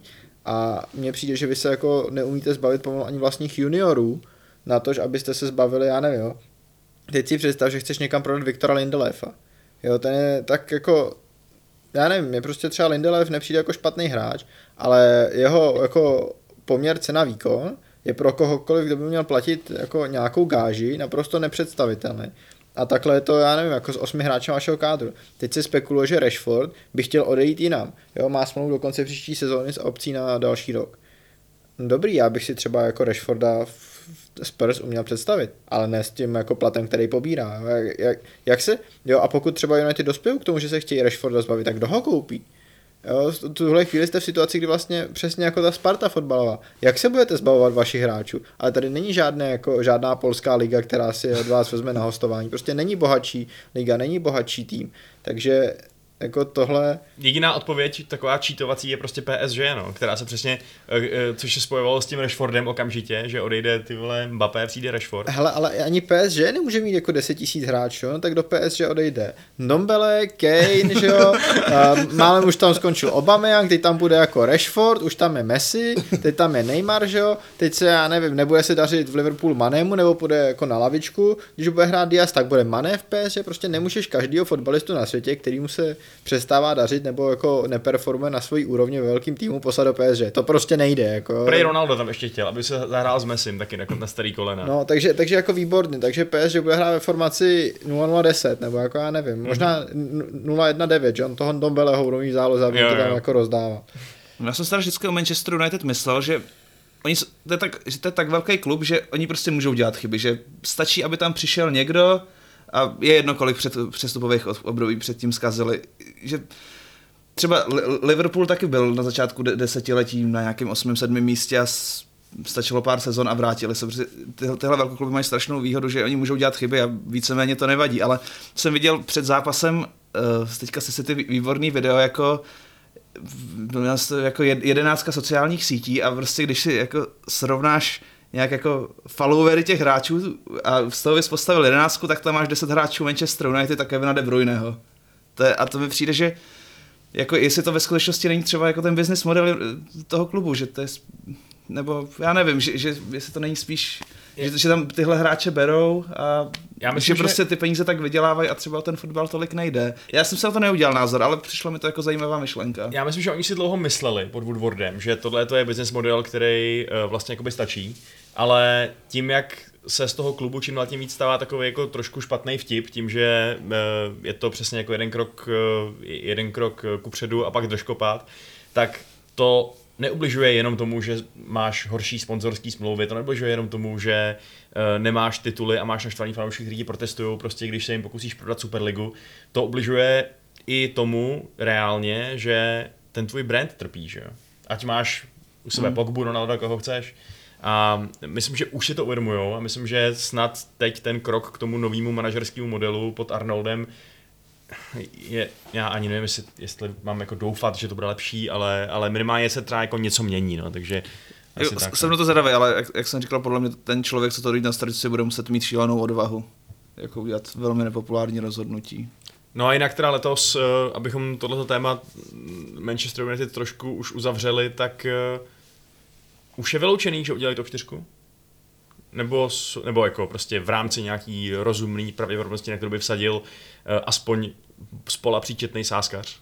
A mně přijde, že vy se jako neumíte zbavit pomalu ani vlastních juniorů na to, abyste se zbavili, já nevím, jo. Teď si představ, že chceš někam prodat Viktora Lindelefa. Jo, ten je tak jako, já nevím, mě prostě třeba Lindelöf nepřijde jako špatný hráč, ale jeho jako poměr cena výkon je pro kohokoliv, kdo by měl platit jako nějakou gáži, naprosto nepředstavitelný. A takhle je to, já nevím, jako s osmi hráči vašeho kádru. Teď se spekuluje, že Rashford by chtěl odejít jinam. Jo, má smlouvu do konce příští sezóny s opcí na další rok. Dobrý, já bych si třeba jako Rashforda v Spurs uměl představit, ale ne s tím jako platem, který pobírá. Jak, jak, jak se, jo, a pokud třeba United dospějí k tomu, že se chtějí Rashforda zbavit, tak kdo ho koupí? Jo, v tuhle chvíli jste v situaci, kdy vlastně přesně jako ta Sparta fotbalová. Jak se budete zbavovat vašich hráčů? Ale tady není žádné, jako, žádná polská liga, která si od vás vezme na hostování. Prostě není bohatší liga, není bohatší tým. Takže jako tohle... Jediná odpověď taková cheatovací je prostě P S G, no, která se přesně, což se spojovalo s tím Rashfordem okamžitě, že odejde ty vole Mbappé, přijde Rashford. Hele, ale ani P S G nemůže mít jako deset tisíc hráčů, no, tak do P S G odejde Ndombele, Kane, že jo, málem už tam skončil Aubameyang, teď tam bude jako Rashford, už tam je Messi, teď tam je Neymar, že jo, teď se, já nevím, nebude se dařit v Liverpoolu Manému, nebo bude jako na lavičku, když bude hrát Diaz, tak bude Mané v P S G, prostě nemůžeš každýho fotbalistu na světě, kterýmu se přestává dařit nebo jako neperformuje na svojí úrovni ve velkým týmu poslat do P S G. To prostě nejde. Jako. Prej Ronaldo tam ještě chtěl, aby se zahrál s Messim taky jako na starý kolena. No, takže, takže jako výborný. Takže P S G bude hrát ve formaci nula nula deset, nebo jako já nevím, možná nula jedna devět, že on toho Ndombeleho budou mít záloze, aby to tam jako rozdává. Já jsem se vždycky o Manchester United myslel, že oni, to, je tak, že to je tak velký klub, že oni prostě můžou dělat chyby, že stačí, aby tam přišel někdo a je jedno, kolik před, přestupových období předtím zkazili, že třeba Liverpool taky byl na začátku desetiletí na nějakém osmém sedmém místě a stačilo pár sezon a vrátili se. Tyhle, tyhle velkokluby mají strašnou výhodu, že oni můžou dělat chyby a víceméně to nevadí, ale jsem viděl před zápasem, uh, teďka si ty výborný video, jako jako jedenáctka sociálních sítí a prostě když si jako srovnáš nějak jako followery těch hráčů a z toho bys postavil jedenáctku, tak tam máš deset hráčů Manchester United a Kevina De Bruyneho. To je, a to mi přijde, že jako jestli to ve skutečnosti není třeba jako ten business model toho klubu, že to je, nebo já nevím, že, že jestli to není spíš, že, že tam tyhle hráče berou a já myslím, že prostě že... ty peníze tak vydělávají a třeba o ten fotbal tolik nejde. Já jsem se na to neudělal názor, ale přišlo mi to jako zajímavá myšlenka. Já myslím, že oni si dlouho mysleli pod Woodwardem, že tohle to je business model, který uh, vlastně jakoby stačí, ale tím, jak se z toho klubu čím dál tím víc stává takový jako trošku špatný vtip, tím, že uh, je to přesně jako jeden krok, uh, jeden krok kupředu a pak držkopát, tak to neubližuje jenom tomu, že máš horší sponzorský smlouvy, to neubližuje jenom tomu, že uh, nemáš tituly a máš naštvaný fanoušky, kteří protestují, prostě když se jim pokusíš prodat Superligu. To ubližuje i tomu reálně, že ten tvůj brand trpí, že jo. Ať máš u sebe hmm. Pogbu, Ronaldo, koho chceš. A myslím, že už si to uvědomujou a myslím, že snad teď ten krok k tomu novému manažerskému modelu pod Arnoldem je, já ani nevím, jestli, jestli mám jako doufat, že to bude lepší, ale, ale minimálně se třeba jako něco mění, no, takže asi jo, tak. Jsem na to zvědavý, ale jak, jak jsem říkal, podle mě ten člověk, co to jde na startu, bude muset mít šílenou odvahu, jako udělat velmi nepopulární rozhodnutí. No a jinak teda letos, abychom tohleto téma Manchester United trošku už uzavřeli, tak uh, už je vyloučený, že udělají top čtyři? Nebo, nebo jako prostě v rámci nějaký rozumný pravděpodobnosti, na kterou by vsadil uh, aspoň spola příčetnej sázkař?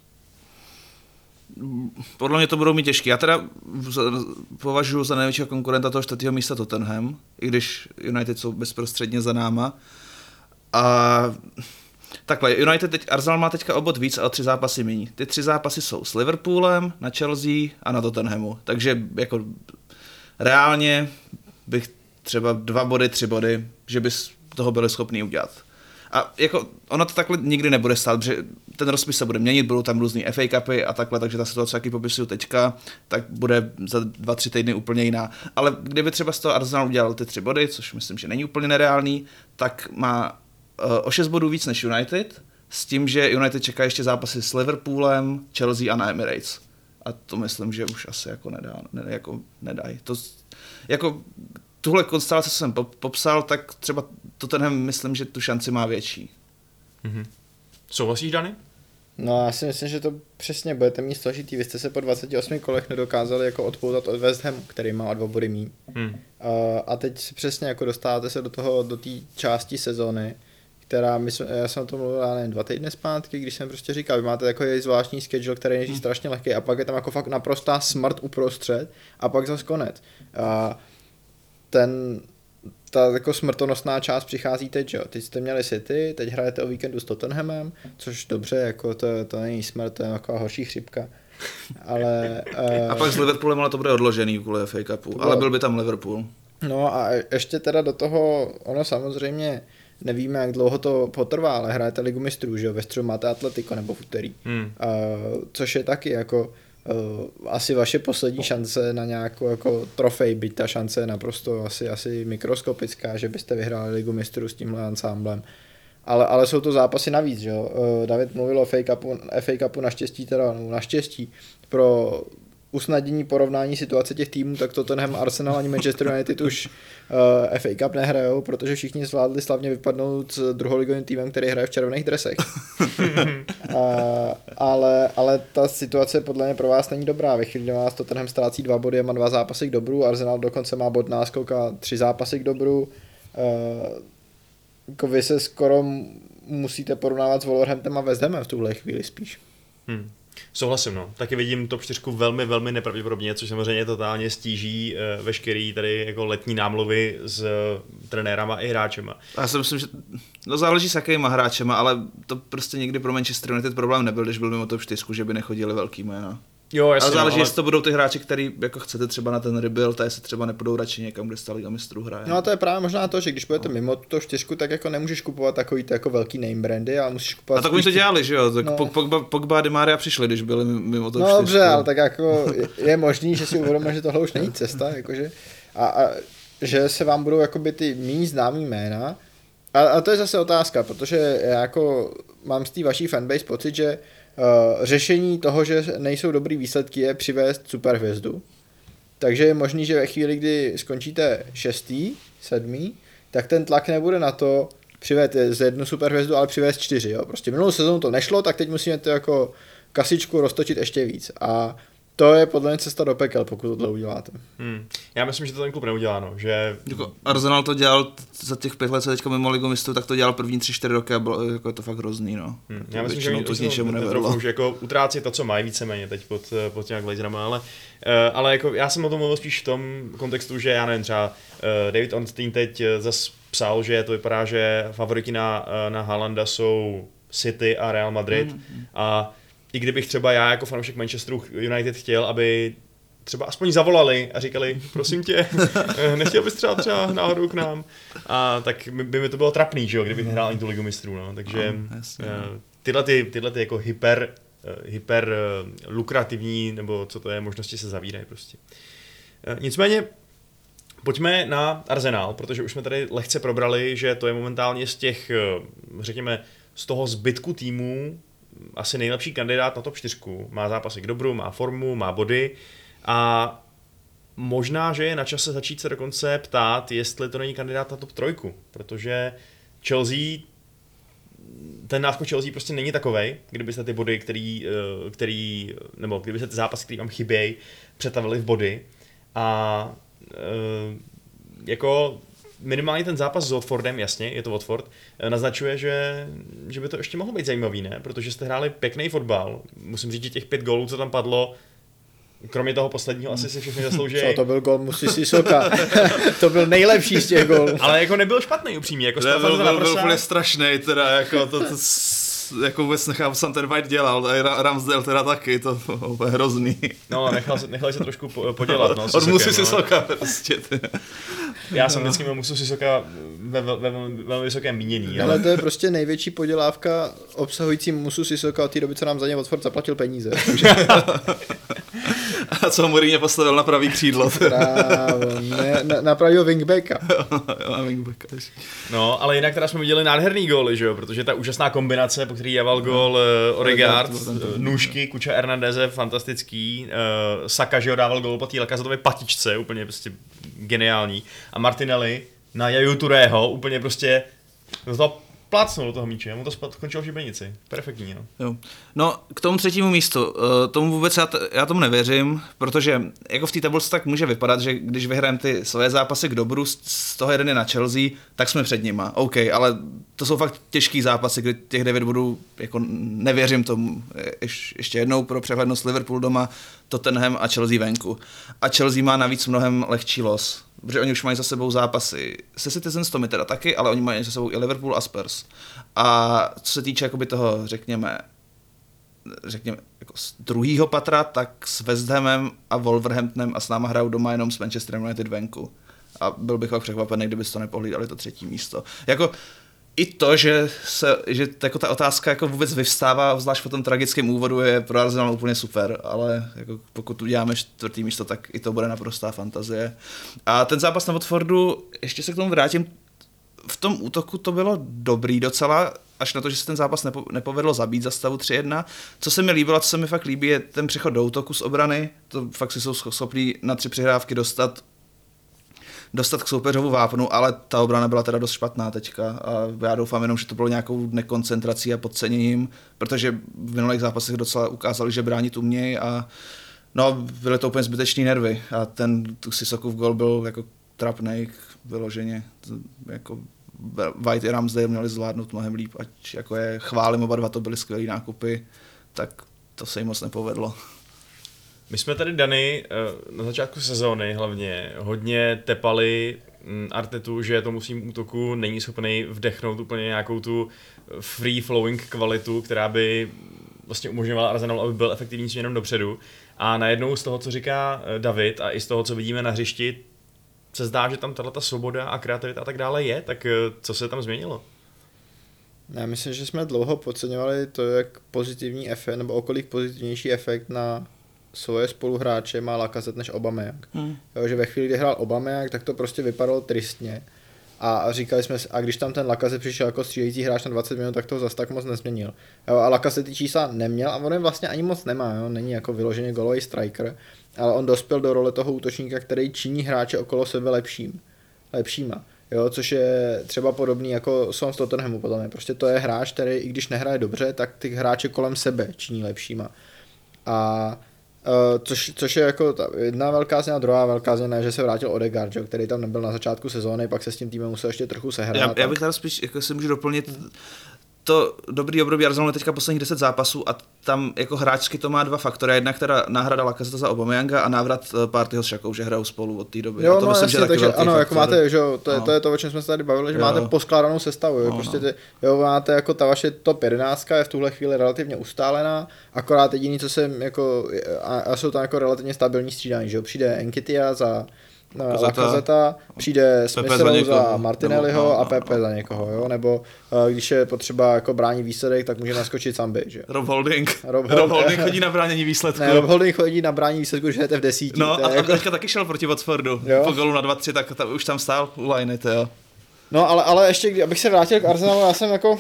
Podle mě to budou mít těžký. Já teda považuji za největšího konkurenta toho čtvrtého místa Tottenham, i když United jsou bezprostředně za náma. A takhle, United teď, Arsenal má teďka o bod víc a o tři zápasy méně. Ty tři zápasy jsou s Liverpoolem, na Chelsea a na Tottenhamu. Takže jako reálně bych třeba dva body, tři body, že bys toho byli schopný udělat. A jako ono to takhle nikdy nebude stát, protože ten rozpis se bude měnit, budou tam různý F A Cupy a takhle, takže ta situace, jaký popisuju teďka, tak bude za dva, tři týdny úplně jiná. Ale kdyby třeba z toho Arsenal udělal ty tři body, což myslím, že není úplně nereálný, tak má uh, o šest bodů víc než United, s tím, že United čeká ještě zápasy s Liverpoolem, Chelsea a na Emirates. A to myslím, že už asi jako nedá, ne, jako nedají. To jako tuhle konstelaci, co jsem popsal, tak třeba Tottenham myslím, že tu šanci má větší. Mm-hmm. Souhlasíš, Dany? No já si myslím, že to přesně budete mít složitý. Vy jste se po dvaceti osmi kolech nedokázali jako odpoutat od West Hamu, který má o dva body míň. Hmm. Uh, a teď si přesně jako dostáváte se do toho, do té části sezóny, která, myslím, já jsem o tom mluvil, já nevím, dva týdny zpátky, když jsem prostě říkal, vy máte takový zvláštní schedule, který je hmm. strašně lehký a pak je tam jako fakt naprostá smrt uprostřed a pak zase konec. Uh, ten ta jako smrtonosná část přichází teď, že jo. Teď jste měli City, teď hrajete o víkendu s Tottenhamem, což dobře, jako to, to není smrt, to je taková horší chřipka. Ale, a pak s Liverpoolem, ale to bude odložený kvůli F A Cupu, bylo... ale byl by tam Liverpool. No a ještě teda do toho, ono samozřejmě nevíme, jak dlouho to potrvá, ale hrajete Ligu mistrů, že jo, ve středu máte Atletico nebo v úterý, hmm. uh, což je taky jako Uh, asi vaše poslední šance na nějakou jako trofej, byť ta šance je naprosto asi, asi mikroskopická, že byste vyhráli Ligu mistrů s tímhle ansámblem. Ale, ale jsou to zápasy navíc, že jo. Uh, David mluvil o F A Cupu, F A Cupu naštěstí teda, no, naštěstí pro usnadnění porovnání situace těch týmů, tak Tottenham, Arsenal ani Manchester United už uh, F A Cup nehrajou, protože všichni zvládli slavně vypadnout s druholigovým týmem, který hraje v červených dresech. uh, ale, ale ta situace podle mě pro vás není dobrá. Ve chvíli, kdy vás Tottenham ztrácí dva body a má dva zápasy k dobru, Arsenal dokonce má bod náskok a tři zápasy k dobru. Uh, jako vy se skoro musíte porovnávat s Wolverhamptonem a West Hamem v tuhle chvíli spíš. Hmm. Souhlasím, no. Taky vidím top čtyři velmi, velmi nepravděpodobně, což samozřejmě totálně stíží uh, veškerý tady jako letní námluvy s uh, trenérama i hráčema. Já si myslím, že no záleží s jakýma hráčema, ale to prostě nikdy pro Manchester United problém nebyl, když byl mimo top čtyři, že by nechodili velký jména. Jo, jasně, ale záleží, no, ale... jestli to budou ty hráči, který jako chcete třeba na ten rebuild, a jestli třeba nepůjdou radši někam, kde stále Liga mistrů hraje. No a to je právě možná to, že když budete no. mimo tuto čtyřku, tak jako nemůžeš kupovat takový jako velký name brandy, ale musíš kupovat. A tak oni to dělali, že jo? Tak no. Pogba, Pogba a Di Maria přišli, když byli mimo to no, čtyřku. Dobře, ale tak jako je, je možný, že si uvědomíme, že tohle už není cesta, jakože a, a že se vám budou jakoby ty méně známý jména. A, a to je zase otázka, protože já jako mám z té vaší fanbase pocit, že Uh, řešení toho, že nejsou dobrý výsledky, je přivést superhvězdu. Takže je možný, že ve chvíli, kdy skončíte šestý, sedmý, tak ten tlak nebude na to přivést z jednu superhvězdu, ale přivést čtyři. Jo. Prostě minulou sezónu to nešlo, tak teď musíme to jako kasičku roztočit ještě víc. A to je podle mě cesta do pekel, pokud tohle uděláte. Hmm. Já myslím, že to ten klub neudělá, no. Že... Jako Arsenal to dělal za těch pět let, co teďka mimo Ligu mistrů, tak to dělal první tři čtyři roky a bylo jako je to fakt hrozný, no. Hmm. Já myslím, že to k ničemu nevedlo. Že jako utrácí to, co mají víceméně teď pod, pod těmi Glazerama, ale, uh, ale jako já jsem o tom mluvil spíš v tom kontextu, že já nevím, třeba uh, David Ornstein teď zase psal, že to vypadá, že favoriti na, na Haalanda jsou City a Real Madrid hmm. a i kdybych třeba já jako fanoušek Manchesteru United chtěl, aby třeba aspoň zavolali a říkali, prosím tě, nechtěl bys třeba třeba náhodou k nám. A tak by mi to bylo trapný, že jo, kdybych nehrál ani tu Ligu mistrů, no. Takže no, jasně, no. tyhle, ty, tyhle ty jako hyper, hyper lukrativní, nebo co to je, možnosti se zavírají prostě. Nicméně, pojďme na Arsenal, protože už jsme tady lehce probrali, že to je momentálně z těch, řekněme, z toho zbytku týmů asi nejlepší kandidát na top čtyři. Má zápasy k dobru, má formu, má body a možná, že je na čase začít se dokonce ptát, jestli to není kandidát na top tři, protože Chelsea, ten náskok Chelsea prostě není takovej, kdybyste ty body, který, který nebo kdybyste ty zápasy, které vám chybějí, přetavili v body a jako minimálně ten zápas s Watfordem, jasně, je to Watford, naznačuje, že, že by to ještě mohlo být zajímavý, ne? Protože jste hráli pěkný fotbal. Musím říct, že těch pět gólů, co tam padlo, kromě toho posledního, asi si všichni zaslouží. Co to byl gól Musí Sissoko. To byl nejlepší z těch gólů. Ale jako nebyl špatný upřímně. Jako ne, byl, byl, byl úplně strašný, teda, jako to, to jako vůbec nechápu, jsem ten White dělal, a Ra- Ramsdale teda taky, to bylo hrozný. No, nechal, se- nechali se trošku po- podělat, no. Od Musy Sisokem, no. Sisoka prostě. ty. Já jsem vždycky měl Musu Sisoka ve, ve, ve velmi, velmi vysokém mínění, ale... Ale to je prostě největší podělávka obsahující Musu Sisoka od té doby, co nám za ně Watford zaplatil peníze. A co Mourinho postavil na pravý křídlo. Právo, ne, na, na pravýho wingbacka. Jo, wingbacka. No, ale jinak teda jsme viděli nádherný góly, že jo, protože ta úžasná kombinace, po který javal gól uh, Odegaard, Odegaard, nůžky, Kuča Hernandeze, fantastický, uh, Saka, že jo, dával gól po té Lacazettově patičce, úplně prostě geniální, a Martinelli na Yaya Tourého, úplně prostě do toho plácnul do toho míče, mu to skončilo v šibenici, perfektní, no. Jo. No, k tomu třetímu místu, tomu vůbec já, t- já tomu nevěřím, protože jako v té tabulce tak může vypadat, že když vyhrajeme ty svoje zápasy k dobru, z toho jeden je na Chelsea, tak jsme před nima, OK, ale to jsou fakt těžký zápasy, kdy těch devět bodů, jako nevěřím tomu, Ješ, ještě jednou pro přehlednost Liverpool doma, Tottenham a Chelsea venku. A Chelsea má navíc mnohem lehčí los, protože oni už mají za sebou zápasy se Citizens, to my teda taky, ale oni mají za sebou i Liverpool a Spurs. A co se týče jakoby toho, řekněme, řekněme, jako z druhýho patra, tak s West Hamem a Wolverhamptonem a s náma hrajou doma jenom s Manchesterem United venku. A byl bych fakt překvapený, kdyby to nepohlídali to třetí místo. Jako i to, že, se, že jako ta otázka jako vůbec vyvstává, zvlášť po tom tragickém úvodu, je pro Arsenal úplně super, ale jako pokud uděláme čtvrtý místo, tak i to bude naprostá fantazie. A ten zápas na Watfordu, ještě se k tomu vrátím, v tom útoku to bylo dobrý docela, až na to, že se ten zápas nepo, nepovedlo zabít za stavu tři jedna. Co se mi líbilo, co se mi fakt líbí, je ten přechod do útoku z obrany, to fakt si jsou schopní na tři přihrávky dostat dostat k soupeřovu vápnu, ale ta obrana byla teda dost špatná teďka a já doufám jenom, že to bylo nějakou nekoncentrací a podceněním, protože v minulých zápasech docela ukázali, že bránit umějí a no, byly to úplně zbytečný nervy a ten tu Sissokův gol byl jako trapnej vyloženě, jako White i Ramsdale měli zvládnout mnohem líp, ať jako je chválím, oba dva to byly skvělý nákupy, tak to se jim moc nepovedlo. My jsme tady Dany na začátku sezóny hlavně hodně tepali Artetu, že tomu svým útoku není schopný vdechnout úplně nějakou tu free flowing kvalitu, která by vlastně umožňovala Arsenalu, aby byl efektivní směrem dopředu. A najednou z toho, co říká David a i z toho, co vidíme na hřišti, se zdá, že tam tato svoboda a kreativita a tak dále je, tak co se tam změnilo? Já myslím, že jsme dlouho podceňovali to, jak pozitivní efekt, nebo o kolik pozitivnější efekt na svoje spoluhráče má Lacazette než Aubameyang. Hmm. Jo, že ve chvíli, kdy hrál Aubameyang, tak to prostě vypadalo tristně. A říkali jsme, a když tam ten Lacazette přišel jako střílející hráč na dvacet minut, tak to zase tak moc nezměnil. Jo, a Lacazette ty čísla neměl a on je vlastně ani moc nemá, jo, není jako vyloženě golový striker, ale on dospěl do role toho útočníka, který činí hráče okolo sebe lepším, lepšíma. Jo, což je třeba podobný jako Son z Tottenhamu potom je. Prostě to je hráč, který i když nehraje dobře, tak ty hráče kolem sebe činí lepšíma. A Uh, což, což je jako ta jedna velká změna, druhá velká změna je, že se vrátil Odegaard, jo, který tam nebyl na začátku sezóny, pak se s tím týmem musel ještě trochu sehrát. Já, já bych tady spíš, jako si můžu doplnit, to dobrý období Arsenalu teďka posledních deset zápasů a tam jako hráčsky to má dva faktory. Jedna, která náhrada Lacazette za Aubameyanga a návrat Partyho s Šakou, že hrajou spolu od té doby. Jo, to no myslím, jasně, že takže ano, jako máte, že jo, to, je, no. to je to, o čem jsme se tady bavili, že jo. máte poskládanou sestavu, jo, no, prostě no. ty, jo, máte jako ta vaše top jedenáct je v tuhle chvíli relativně ustálená, akorát jediný, co jsem jako, a, a jsou tam jako relativně stabilní střídání, že jo, přijde Enketia za Lacazette, přijde Smith za Martinelliho no, no, a Pepe no, za někoho, jo, nebo uh, když je potřeba jako bránit výsledek, tak může naskočit Sambi, že? Rob Holding. Rob, Rob Holding chodí na bránění výsledku. Ne, Rob Holding chodí na bránění výsledku, že jdete v desíti. No a, jako... a teďka taky šel proti Watfordu. Jo? Po golu na dva tři, tak ta, už tam stál u liney, jo. No ale, ale ještě, abych se vrátil k Arsenalu, já jsem jako...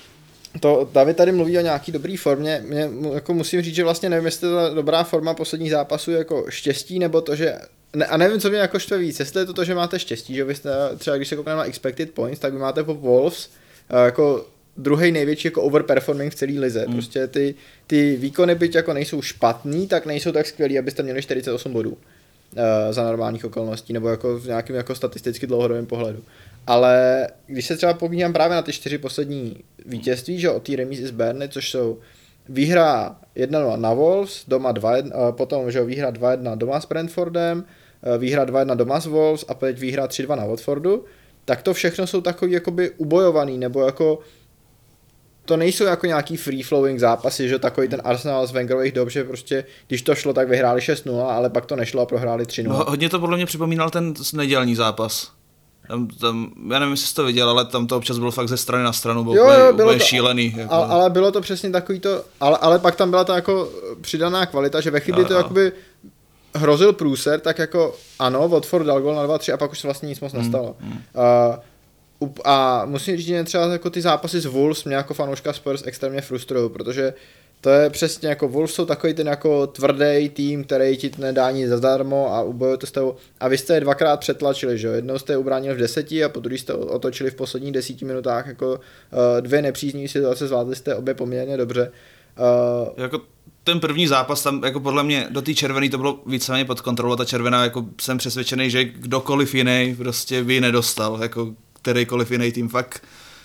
To David tady mluví o nějaký dobrý formě, mě jako musím říct, že vlastně nevím, jestli ta dobrá forma posledních zápasů je jako štěstí, nebo to, že ne, a nevím, co mě jako štve víc, jestli je to to, že máte štěstí, že vy jste, třeba když se koukneme na expected points, tak vy máte po Wolves jako druhý největší jako overperforming v celé lize, mm. prostě ty, ty výkony byť jako nejsou špatný, tak nejsou tak skvělý, abyste měli čtyřicet osm bodů uh, za normálních okolností, nebo jako v nějakém jako statisticky dlouhodobém pohledu. Ale když se třeba podívám právě na ty čtyři poslední vítězství, že od té remízy z Burnley, což jsou výhra jedna nula na Wolves, doma dva jedna, potom že výhra dva jedna doma s Brentfordem, výhra dva jedna doma s Wolves a teď výhra tři dva na Watfordu, tak to všechno jsou takový jakoby ubojovaný, nebo jako to nejsou jako nějaký free-flowing zápasy, že takový ten Arsenal z Wengerových dob, že prostě, když to šlo, tak vyhráli šest nula, ale pak to nešlo a prohráli tři nula. No, hodně to podle mě připomínal ten nedělní zápas. Tam, tam, já nevím, jestli jsi to viděl, ale tam to občas bylo fakt ze strany na stranu, bylo jo, jo, bylo úplně to, šílený. Jako. Ale, ale bylo to přesně takový to, ale, ale pak tam byla ta jako přidaná kvalita, že ve chvíli jo, to jo. jakoby hrozil průser, tak jako ano, Watford dal gol na dva tři a pak už se vlastně nic moc nestalo. Hmm, hmm. Uh, a musím říct, že třeba jako ty zápasy s Wolves mě jako fanouška Spurs extrémně frustrují, protože to je přesně jako Wolves jsou takový ten jako tvrdý tým, který ti nedá nic zadarmo a ubojuje to s tebou. A vy jste je dvakrát přetlačili, že jo? Jednou jste je ubránili v deseti a po druhý jste otočili v posledních desíti minutách jako uh, dvě nepříznivé situace, zvládli jste obě poměrně dobře. Uh, Jako ten první zápas tam jako podle mě do té červený to bylo víceméně pod kontrolou, ta červená jako jsem přesvědčený, že kdokoliv jiný prostě by ji nedostal, jako kterýkoliv jiný tým, fakt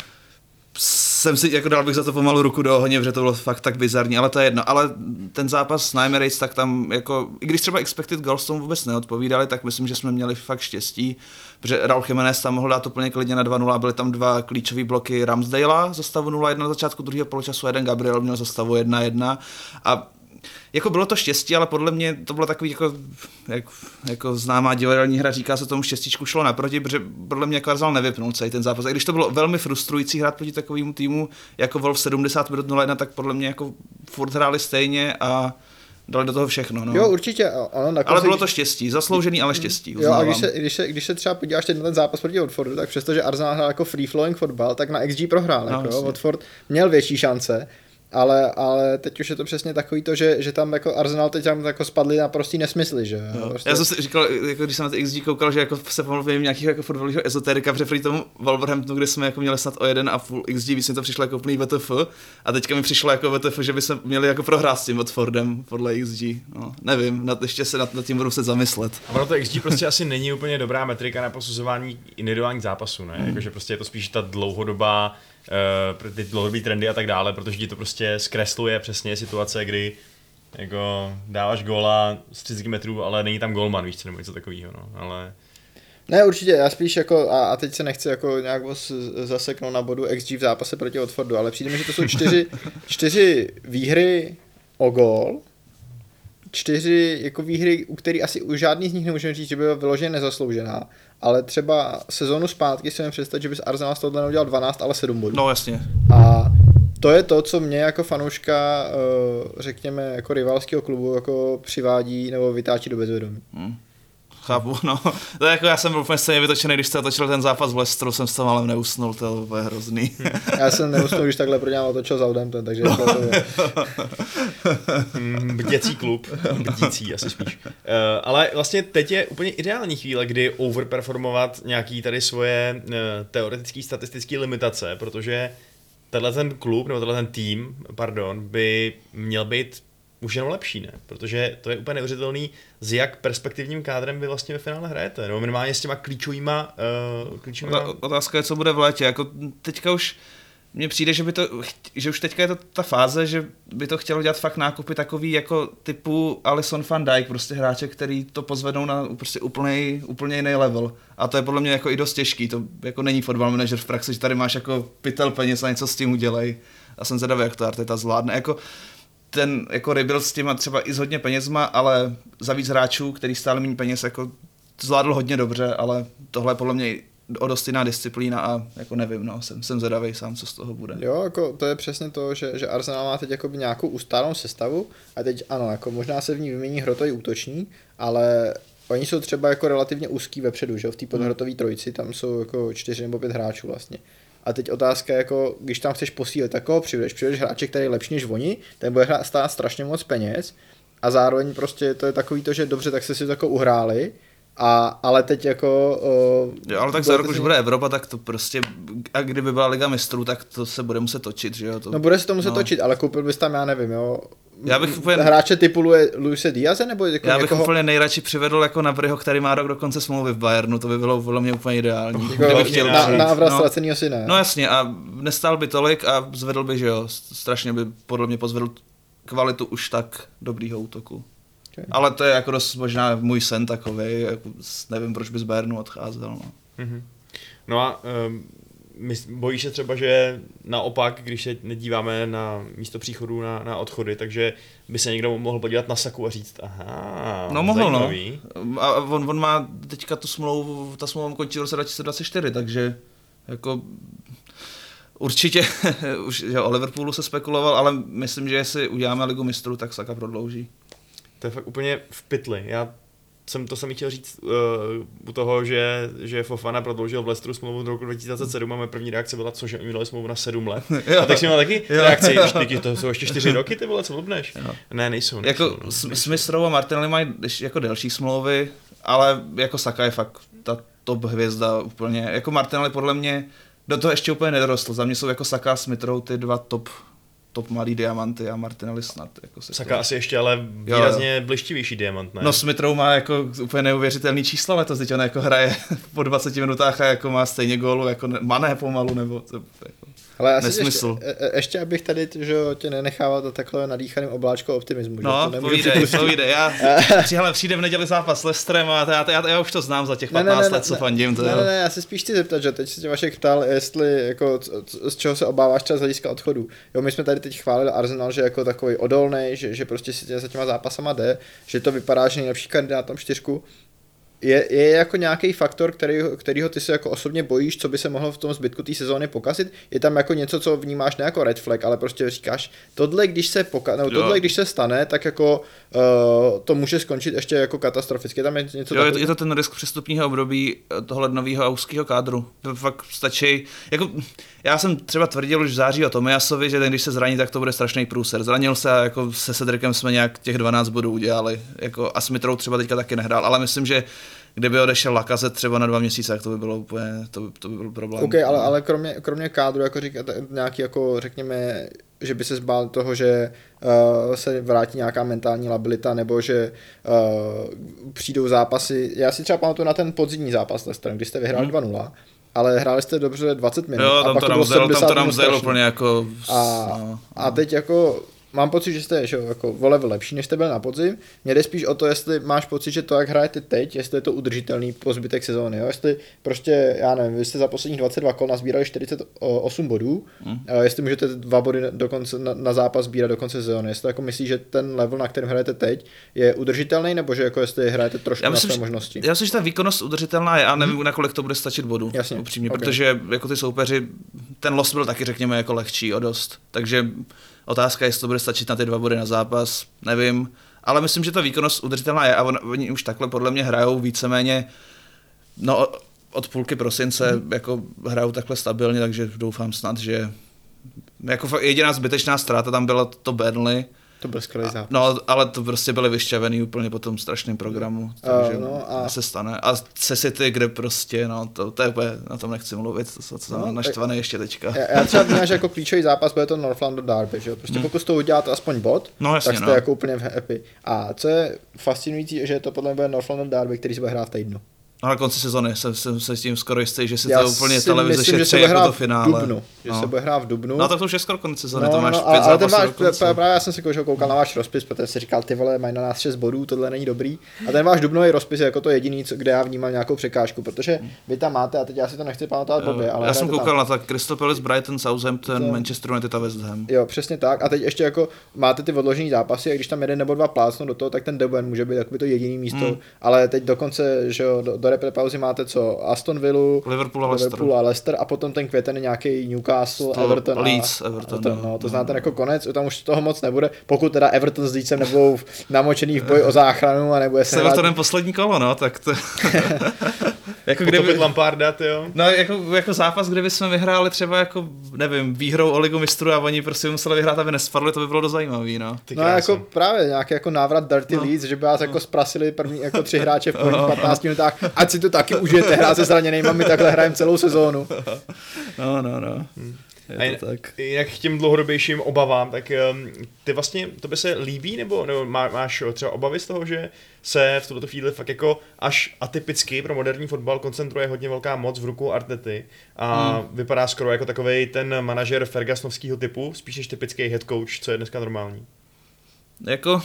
jsem si, jako dal bych za to pomalu ruku do ohně, protože to bylo fakt tak bizarní, ale to je jedno, ale ten zápas s Emirates, tak tam jako, i když třeba expected goals tomu vůbec neodpovídali, tak myslím, že jsme měli fakt štěstí, protože Raúl Jiménez tam mohl dát úplně klidně na dva nula, byly tam dva klíčové bloky Ramsdalea za stavu nula jedna na začátku druhého poločasu, jeden Gabriel měl za stavu jedna jedna a jako bylo to štěstí, ale podle mě to bylo takový jako, jak, jako známá divadelní hra, říká se tomu štěstíčku šlo naproti, protože podle mě jako Arsenal nevypnul celý ten zápas. A když to bylo velmi frustrující hrát proti takovému týmu jako Wolves sedmdesát minut nula jedna, tak podle mě jako furt hráli stejně a dali do toho všechno. No. Jo, určitě. Ano, na konci, ale bylo to štěstí, zasloužený, ale štěstí. Jo, a když se, když, se, když se třeba podíváš teď na ten zápas proti Watfordu, tak přestože Arsenal hrál jako free-flowing fotbal, tak na X G prohrál. No, jako, Watford měl větší šance. Ale, ale teď už je to přesně takový to, že, že tam jako Arsenal teď tam jako spadli na prostý nesmysly, že jo. Prostě... Já jsem si říkal, jako když jsem na ty X G koukal, že jako se pomluvím nějakého jako fotbalového ezoterika, protože proti tomu Wolverhamptonu, kde jsme jako měli snad o jeden a půl X G, víc mi to přišlo jako úplný W T F a teďka mi přišlo jako W T F, že by se měli jako prohrát s tím Watfordem podle X G. No, nevím, nad, ještě se nad, nad tím budu se zamyslet. A ono to X G prostě asi není úplně dobrá metrika na posuzování individuálních zápasů, ne? Mm. Jakože prostě je to spíš ta dlouhodobá Uh, ty dlouhodobý trendy a tak dále, protože ti to prostě zkresluje přesně situace, kdy jako dáváš góla z třicet metrů, ale není tam golman, víš co, nebo něco takového, no, ale... Ne, určitě, já spíš jako, a, a teď se nechci jako nějak zaseknout na bodu X G v zápase proti Watfordu, ale přijde mi, že to jsou čtyři, čtyři výhry o gól, čtyři jako výhry, u kterých asi u žádný z nich nemůžeme říct, že by byla vyloženě nezasloužená, ale třeba sezónu zpátky si mi představit, že bys Arsenal z tohohle neudělal dvanáct, ale sedm bodů. No jasně. A to je to, co mě jako fanouška, řekněme, jako rivalského klubu jako přivádí nebo vytáčí do bezvědomí. Hmm. Chápu, no. To je jako já jsem byl úplně stejně vytočený, když jste otočil ten zápas v Leicesteru, jsem s tom ale neusnul, to je hrozný. Já jsem neusnul, když takhle pro něj otočil Southampton, takže no. to je... Bděcí klub, bdící asi spíš. Uh, ale vlastně teď je úplně ideální chvíle, kdy overperformovat nějaký tady svoje uh, teoretické statistické limitace, protože tenhle ten klub, nebo tenhle ten tým, pardon, by měl být už jenom lepší, ne? Protože to je úplně neuvěřitelný, s jak perspektivním kádrem vy vlastně ve finále hrajete, nebo minimálně s těma klíčovýma... Uh, klíčovýma... Otázka je, co bude v létě, jako teďka už mně přijde, že by to, že už teďka je to ta fáze, že by to chtělo dělat fakt nákupy takový jako typu Alisson van Dijk, prostě hráče, který to pozvednou na prostě úplnej, úplně jiný level. A to je podle mě jako i dost těžký, to jako není football manager v praxi, že tady máš jako pytel peněz a něco s tím udělej. A jsem zvědavý, jak to Arteta zvládne. Jako ten jako rebuild s těma třeba i s hodně penězma, ale za víc hráčů, který stále méně peněz, jako zvládl hodně dobře, ale tohle je podle mě o dost jiná disciplína a jako nevím, no, jsem, jsem zvědavej sám, co z toho bude. Jo, jako to je přesně to, že, že Arsenal má teď jakoby nějakou ustálou sestavu a teď ano, jako možná se v ní vymění hrotový útoční, ale oni jsou třeba jako relativně úzký vepředu, že v té podhrotové trojici, tam jsou jako čtyři nebo pět hráčů vlastně. A teď otázka jako, když tam chceš posílit, tak koho přivedeš? Přivedeš hráče, který je lepší než oni, ten bude stát strašně moc peněz a zároveň prostě to je takový to, že dobře, tak se si to jako uhráli, a, ale teď jako... Uh, jo, ale tak za rok už bude Evropa, tak to prostě, a kdyby byla Liga mistrů, tak to se bude muset točit, že jo? To, no bude se to muset no. točit, ale koupil bys tam, já nevím, jo... Já bych úplně... Hráče typu Luise Diaze, nebo jako Já bych někoho... úplně nejradši přivedl jako Navryho, který má rok do konce smlouvy v Bayernu, to by bylo podle mě úplně ideální. Jako chtěl na, přijít. návrat no. ztracenýho syna. No jasně, a nestál by tolik a zvedl by, že jo, strašně by podle mě pozvedl kvalitu už tak dobrýho útoku. Okay. Ale to je jako dost možná můj sen takovej, jako nevím, proč by z Bayernu odcházel. No, mm-hmm. no a um, my, bojíš se třeba, že naopak, když se nedíváme na místo příchodu na, na odchody, takže by se někdo mohl podívat na Saku a říct, aha, no mohl, zajímavý. No. A on, on má teďka tu smlouvu, ta smlouva končí v roce dva tisíce dvacet čtyři, takže jako určitě, už že o Liverpoolu se spekuloval, ale myslím, že jestli uděláme Ligu mistrů, tak Saka prodlouží. To je fakt úplně v pytli. Já jsem to jsem chtěl říct uh, u toho, že, že Fofana prodloužil v Leicesteru smlouvu do roku dva tisíce dvacet sedm a moje první reakce byla, cože oni dali smlouvu na sedm let. A tak jsem měl taky reakci, že to jsou ještě čtyři roky, ty vole, co blbneš? Ne, nejsou. nejsou jako no, Smith Rowe a Martinelli mají jako delší smlouvy, ale jako Saka je fakt ta top hvězda úplně. Jako Martinelli podle mě do toho ještě úplně nedorostl. Za mě jsou jako Saka a Smith Rowe ty dva top top malý diamanty a Martinelli snad. Jako se Saka asi ještě ale výrazně jo, jo. blištivější diamant, ne? No Smith Rowe má jako úplně neuvěřitelný čísla letos, teď on jako hraje po dvaceti minutách a jako má stejně gólu, jako Mané pomalu, nebo to jako ale asi nesmysl. Ještě, ještě abych tady že tě nenechával to takhle nadýchaným obláčkou optimismu. No, že? povídej, povídej, já přijde, přijde v neděli zápas s Leicesterem a já, já, já už to znám za těch patnáct ne, ne, let, co fandím. To ne, jo. ne, ne, já se spíš chci zeptat, že teď se tě Vašek ptal, jestli, jako, z čeho se obáváš třeba z hlediska odchodu. Jo, my jsme tady teď chválili Arsenal, že jako takový odolný, že, že prostě si tě za těma zápasama jde, že to vypadá, že nejlepší kandidát tam čtyřku. Je, je jako nějaký faktor, který, kterýho ty se jako osobně bojíš, co by se mohlo v tom zbytku té sezóny pokazit? Je tam jako něco, co vnímáš ne jako red flag, ale prostě říkáš, tohle když se, poka- no, tohle, když se stane, tak jako uh, to může skončit ještě jako katastroficky. Tam je něco jo, je to ten risk přestupního období toho lednového a úzkého kádru. To fakt stačí. Jako, já jsem třeba tvrdil už v září o Tomiasovi, že ten, když se zraní, tak to bude strašný průser. Zranil se a jako se Cedricem jsme nějak těch dvanáct bodů udělali. Jako, a Smith Rowe třeba teďka taky nehrál, ale myslím, že kdyby odešel Lacazette třeba na dva měsíce, tak to by bylo úplně, to by, to by byl problém. OK, ale, ale kromě, kromě kádru, jako říkat, nějaký jako řekněme, že by se zbál toho, že uh, se vrátí nějaká mentální labilita, nebo že uh, přijdou zápasy. Já si třeba pamatuju na ten podzimní zápas Leicester, kdy jste vyhráli hmm. dva nula, ale hráli jste dobře dvacet minut. Jo, tam a pak to to nám bylo zdejlo, tam to nám minut zdejlo úplně jako... A, no, a no. teď jako... Mám pocit, že jste že, jako o level lepší, než jste byl na podzim. Mě jde spíš o to, jestli máš pocit, že to, jak hrajete teď, jestli je to udržitelný po zbytek sezóny. Jo? Jestli prostě, já nevím, vy jste za posledních dvacet dva kol nazbírali čtyřicet osm bodů, hmm. jestli můžete dva body do konce, na, na zápas sbírat do konce sezóny. Jestli jako myslíš, že ten level, na kterém hrajete teď, je udržitelný, nebo že jako jestli hrajete trošku já myslím, na své možnosti? Já myslím, že ta výkonnost udržitelná je a nevím, hmm. na kolik to bude stačit bodů. Jasně. Upřímně, okay. Protože jako ty soupeři, ten los byl taky, řekněme, jako lehčí o dost. Takže otázka, jestli to bude stačit na ty dva body na zápas, nevím, ale myslím, že ta výkonnost udržitelná je a on, oni už takhle podle mě hrajou víceméně, no od půlky prosince mm. jako hrajou takhle stabilně, takže doufám snad, že jako jediná zbytečná ztráta tam byla to Burnley. To byl skvělý zápas. No, ale to prostě byli vyšťavený úplně po tom strašném programu, takže uh, no a... se stane. A se City, kde prostě, no, to, to je úplně, na tom nechci mluvit, to jsem no, naštvaný ještě teďka. Já, já třeba vnímám, že jako klíčový zápas bude to North London Derby, že jo, prostě hmm. pokud to uděláte aspoň bod, no, jasně, tak jste no. jako úplně v happy. A co je fascinující, že to podle mě bude North London Derby, který se bude hrát v týdnu. No na konci sezony jsem, jsem se s tím skoro jistý, že si já to úplně televize šetří jako to finále. V dubnu, že no. se bude hrát v dubnu. No tak to už je skoro konec sezony, no, to máš no, pět ale ten zápasů váš, právě já jsem si koukal na váš rozpis, protože si říkal, ty vole, mají na nás šest bodů, tohle není dobrý. A ten váš dubnový rozpis je jako to jediný, co, kde já vnímal nějakou překážku, protože vy tam máte, a teď já si to nechci pamatovat blbě, ale já jsem koukal tam. na tak Crystal Palace, Brighton, Southampton, to... Manchester United a West Ham. Jo, přesně tak. A teď ještě jako máte ty odložené zápasy, a když tam jeden nebo dva plácnou do toho, tak ten Deben může být takový to jediný místo, hmm. ale teď dokonce, že jo, do, do repre pauzy máte co? Aston Liverpool a Leicester. Liverpool a Leicester a potom ten květen nějaký Newcastle, to Everton a Leeds, Everton, Everton, no, to znáte jako konec, tam už toho moc nebude, pokud teda Everton s Leedsem nebudou namočený v boji o záchranu a nebude se s Evertonem poslední kolo, no, tak to... jako kdyby Lamparda, jo. No, jako, jako zápas, kdyby jsme vyhráli třeba jako, nevím, výhrou o Ligu mistrů a oni prostě museli vyhrát, aby nespadli, to by bylo dost zajímavý, no. No jako právě nějaký jako návrat Dirty no. Leeds, že by vás no. jako zprasili první jako tři hráče v prvních patnácti minutách, ať si to taky užijete, hrát se zraněnejma, my takhle hrajeme celou sezónu. No, no, no. Hmm. Je to tak. Jinak k těm dlouhodobějším obavám, tak um, ty vlastně, to by se líbí, nebo, nebo má, máš třeba obavy z toho, že se v tuto chvíli fakt jako až atypicky pro moderní fotbal koncentruje hodně velká moc v rukou Artety a hmm. vypadá skoro jako takovej ten manažer Fergusonovského typu, spíš než typický head coach, co je dneska normální. Jako...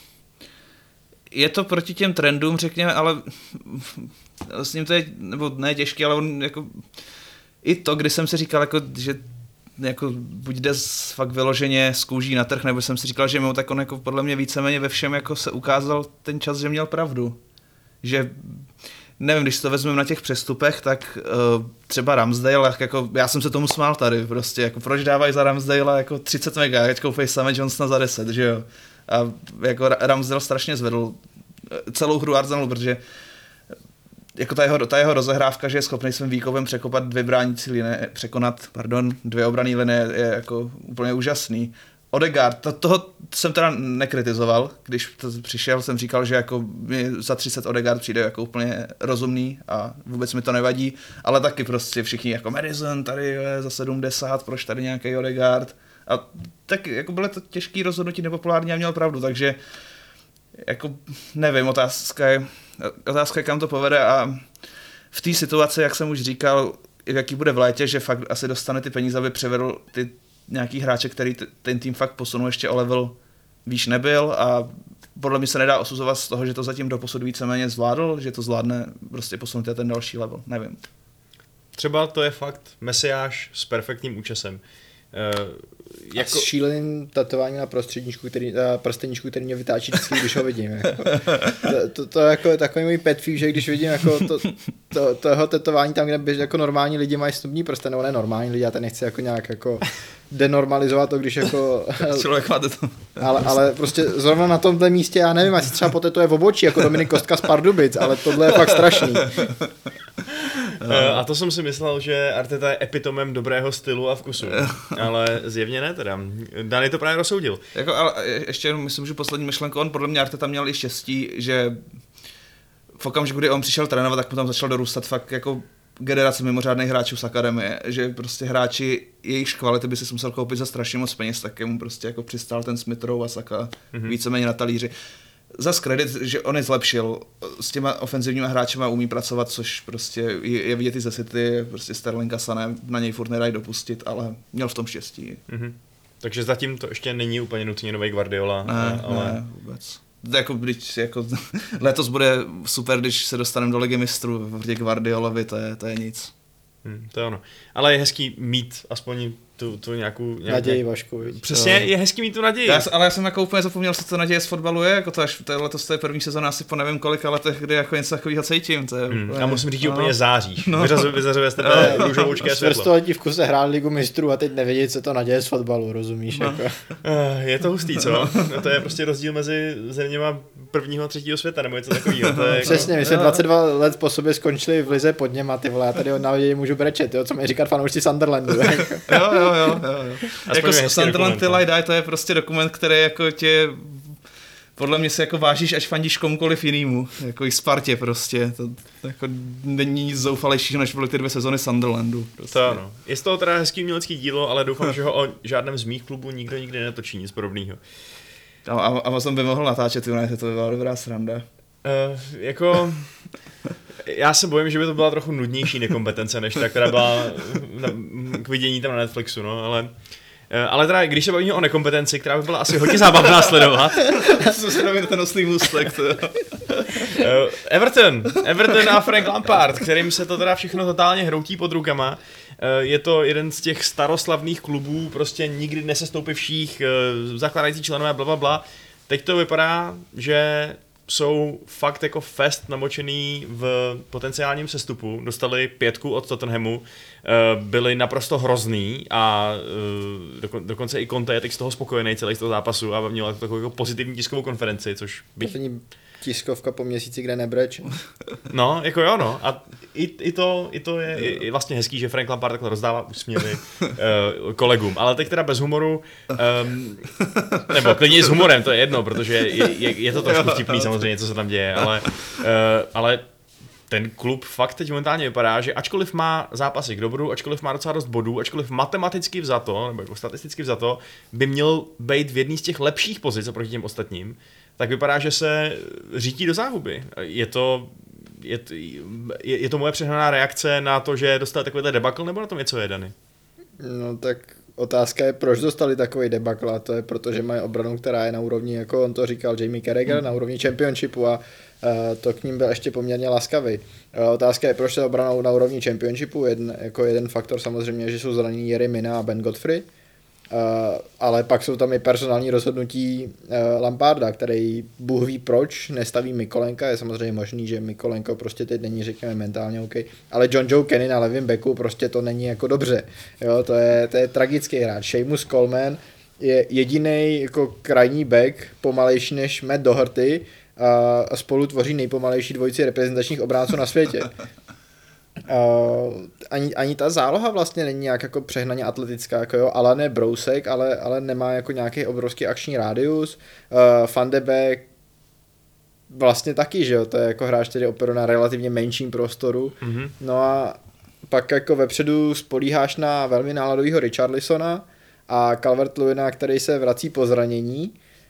Je to proti těm trendům, řekněme, ale s ním to je, nebo ne těžký, ale on jako... i to, kdy jsem si říkal, jako, že jako buď jde z, fakt vyloženě z kůží na trh, nebo jsem si říkal, že mimo, tak on jako podle mě víceméně ve všem jako se ukázal ten čas, že měl pravdu. Že nevím, když to vezmeme na těch přestupech, tak uh, třeba Ramsdale, jako, já jsem se tomu smál tady prostě, jako proč dávají za Ramsdale jako třicet mega, ať koupej Sama Johnsona za deset, že jo. A jako Ramsdale strašně zvedl celou hru Arsenalu, protože jako ta jeho, ta jeho rozehrávka, že je schopný svým výkovem překopat dvě bránící linie, překonat, pardon, dvě obranné linie, je jako úplně úžasný. Odegaard, to, toho jsem teda nekritizoval, když to přišel, jsem říkal, že jako mi za třicet Odegaard přijde jako úplně rozumný a vůbec mi to nevadí, ale taky prostě všichni jako Madison, tady je za sedmdesát, proč tady nějaký Odegaard. A tak jako bylo to těžký rozhodnutí, nepopulární a měl pravdu, takže jako nevím, otázka je, otázka je, kam to povede a v té situaci, jak jsem už říkal, jaký bude v létě, že fakt asi dostane ty peníze, aby převedl ty nějaký hráče, který t- ten tým fakt posunul ještě o level výš nebyl a podle mě se nedá osuzovat z toho, že to zatím doposud víceméně zvládl, že to zvládne prostě posunout ten další level, nevím. Třeba to je fakt mesiáš s perfektním účesem. Uh, jako... S šíleným tatováním na prostředníčku, který, na prsteníčku, který mě vytáčí vždycky, když ho vidím. Jako. To, to, to, jako je takový můj pet peeve, že když vidím jako to, to, toho tetování tam, kde běž, jako normální lidi mají snubní prsten, nebo ne normální lidi, já to nechci jako nějak jako denormalizovat to, když jako... Člověk máte to. Ale, ale prostě zrovna na tomhle místě, já nevím, asi třeba poté to je v obočí, jako Dominik Kostka z Pardubic, ale tohle je fakt strašný. A to jsem si myslel, že Arteta je epitomem dobrého stylu a vkusu, ale zjevně ne teda. Dany to právě rozsoudil. Jako, ale ještě jenom myslím, že poslední myšlenku, on podle mě Arteta měl i štěstí, že v okamžiku, kdy on přišel trénovat, tak mu tam začal dorůstat fakt jako generace mimořádných hráčů z akademie, že prostě hráči, jejichž kvality by si musel koupit za strašně moc peněz, tak mu prostě jako přistál ten Smith Rowe a Saka mm-hmm. víceméně na talíři. Zas kredit, že on je zlepšil, s těma ofenzivníma hráčema umí pracovat, což prostě je, je vidět i ze City, prostě Sterling a Sané na něj furt nedají dopustit, ale měl v tom štěstí. Mm-hmm. Takže zatím to ještě není úplně nutně nový Guardiola, ne, ale... Ne, vůbec. Jako, když, jako, letos bude super, když se dostaneme do Ligy mistrů proti Guardiolovi, to je, to je nic. Hmm, to je ono. Ale je hezký mít aspoň tu, tu nějakou... nějakou... Naději, Vašku. Přesně, je hezký mít tu naději. Já, ale já jsem jako úplně zapomněl, co to naděje z fotbalu je, jako to až to je letos to je první sezóna asi po nevím kolika letech, kdy jako něco takového cítím. To je hmm, úplně, a musím říct, že no. úplně záříš. No. Vyřazuje jste to růžovoučké světlo. Čtvrtstoletí v kuse hrál Ligu mistrů a teď nevědět, co to naděje z fotbalu, rozumíš? No. Jako. Je to hustý, co? No, to je prostě rozdíl mezi zeměma prvního a třetího světa, nebo něco takového. To je přesně, jako... my jsme dvacet dva let po sobě skončili v lize pod něma, ty vole, já tady od naději můžu brečet, jo, co mi říkat fanoušci Sunderlandu. jo, jo, jo, jo, jo. Jako Sunderland Till I Die, to je prostě dokument, který jako tě podle mě se jako vážíš, až fandíš komukoliv jinýmu, jako i Spartě prostě, to jako není nic zoufalejšího, než byly ty dvě sezony Sunderlandu. Prostě. To ano. Je z toho teda hezký umělecký dílo, ale doufám, že ho o žádném z mých klubů nikdo nikdy netočí, nic podobného. A, a Amazon by mohl natáčet United, to by byla dobrá sranda. Uh, jako... Já se bojím, že by to byla trochu nudnější nekompetence, než ta, která byla na, k vidění tam na Netflixu, no, ale... Ale teda, když se bavíme o nekompetenci, která by byla asi hodně zábavná sledovat. Co se nevím, ten oslý můstek. Everton. Everton a Frank Lampard, kterým se to teda všechno totálně hroutí pod rukama. Je to jeden z těch staroslavných klubů, prostě nikdy nesestoupivších, zakládající členové, blablabla. Teď to vypadá, že jsou fakt jako fest namočený v potenciálním sestupu, dostali pětku od Tottenhamu, byli naprosto hrozný a dokon, dokonce i Conte je teď z toho spokojený celý z toho zápasu a měl takovou jako pozitivní tiskovou konferenci, což bych... To není tiskovka po měsíci, kde nebreč. No, jako jo, no. A i, i, to, i to je i, i vlastně hezký, že Frank Lampard takhle rozdává úsměvy uh, kolegům. Ale teď teda bez humoru, um, nebo klidně s humorem, to je jedno, protože je, je, je to trošku vtipný samozřejmě, co se tam děje, ale, uh, ale ten klub fakt teď momentálně vypadá, že ačkoliv má zápasy k dobru, ačkoliv má docela dost bodů, ačkoliv matematicky vzato, nebo jako statisticky vzato, by měl být v jedné z těch lepších pozic oproti těm ostatním, tak vypadá, že se řítí do záhuby. Je to, je, je to moje přehnaná reakce na to, že dostal takovýhle debakl, nebo na tom něco je, Dany? No tak otázka je, proč dostali takový debakl, a to je proto, že mají obranu, která je na úrovni, jako on to říkal Jamie Carragher, hmm. na úrovni Championshipu a uh, to k ním byl ještě poměrně laskavý. Uh, otázka je, proč je obrana na úrovni Championshipu, jeden, jako jeden faktor samozřejmě, že jsou zranění Yerry Mina a Ben Godfrey, Uh, ale pak jsou tam i personální rozhodnutí uh, Lamparda, který Bůh ví proč nestaví Mikolenka, je samozřejmě možný, že Mikolenko prostě teď není, řekněme, mentálně OK, ale John Joe Kenny na levém backu prostě to není jako dobře, jo, to je, to je tragický hráč. Seamus Coleman je jediný jako krajní back, pomalejší než Matt Doherty a spolu tvoří nejpomalejší dvojici reprezentačních obránců na světě. Uh, ani, ani ta záloha vlastně není nějak jako přehnaně atletická, jako jo, Alan je brousek, ale, ale nemá jako nějaký obrovský akční rádius. Uh, Van de Beek vlastně taky, že jo, to je jako hráč, který operuje na relativně menším prostoru. Mm-hmm. No a pak jako vepředu spolíháš na velmi náladovýho Richarlisona a Calvert-Lewina, který se vrací po zranění.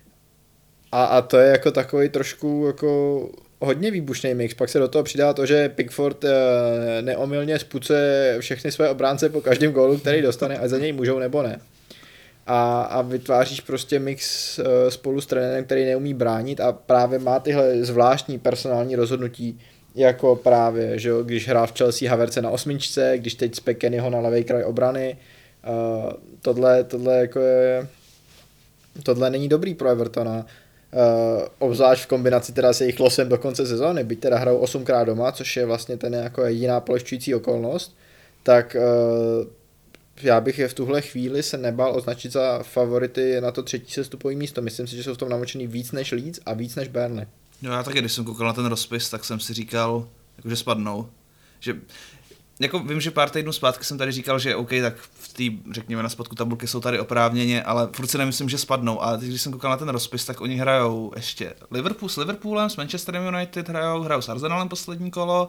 A, a to je jako takový trošku jako hodně výbušný mix, pak se do toho přidá to, že Pickford neomylně spuce všechny své obránce po každém gólu, který dostane, a za něj můžou nebo ne. A, a vytváříš prostě mix spolu s trenérem, který neumí bránit a právě má tyhle zvláštní personální rozhodnutí, jako právě, že jo, když hrál v Chelsea Havertze na osmičce, když teď spe Kennyho na levý kraj obrany. Uh, tohle, tohle jako je, tohle není dobrý pro Evertona. Uh, obzvlášť v kombinaci teda s jejich losem do konce sezóny, byť teda hrajou osmkrát doma, což je vlastně ten jako jediná polehčující okolnost, tak uh, já bych je v tuhle chvíli se nebál označit za favority na to třetí sestupový místo. Myslím si, že jsou v tom namočený víc než Leeds a víc než Burnley. No já taky, když jsem koukal na ten rozpis, tak jsem si říkal, jako, že spadnou. Že, jako vím, že pár týdnů zpátky jsem tady říkal, že OK, tak v té, řekněme, na spodku tabulky jsou tady oprávněně, ale furt si nemyslím, že spadnou. A teď, když jsem koukal na ten rozpis, tak oni hrajou ještě Liverpool s Liverpoolem, s Manchesterem United hrajou, hrajou s Arsenalem poslední kolo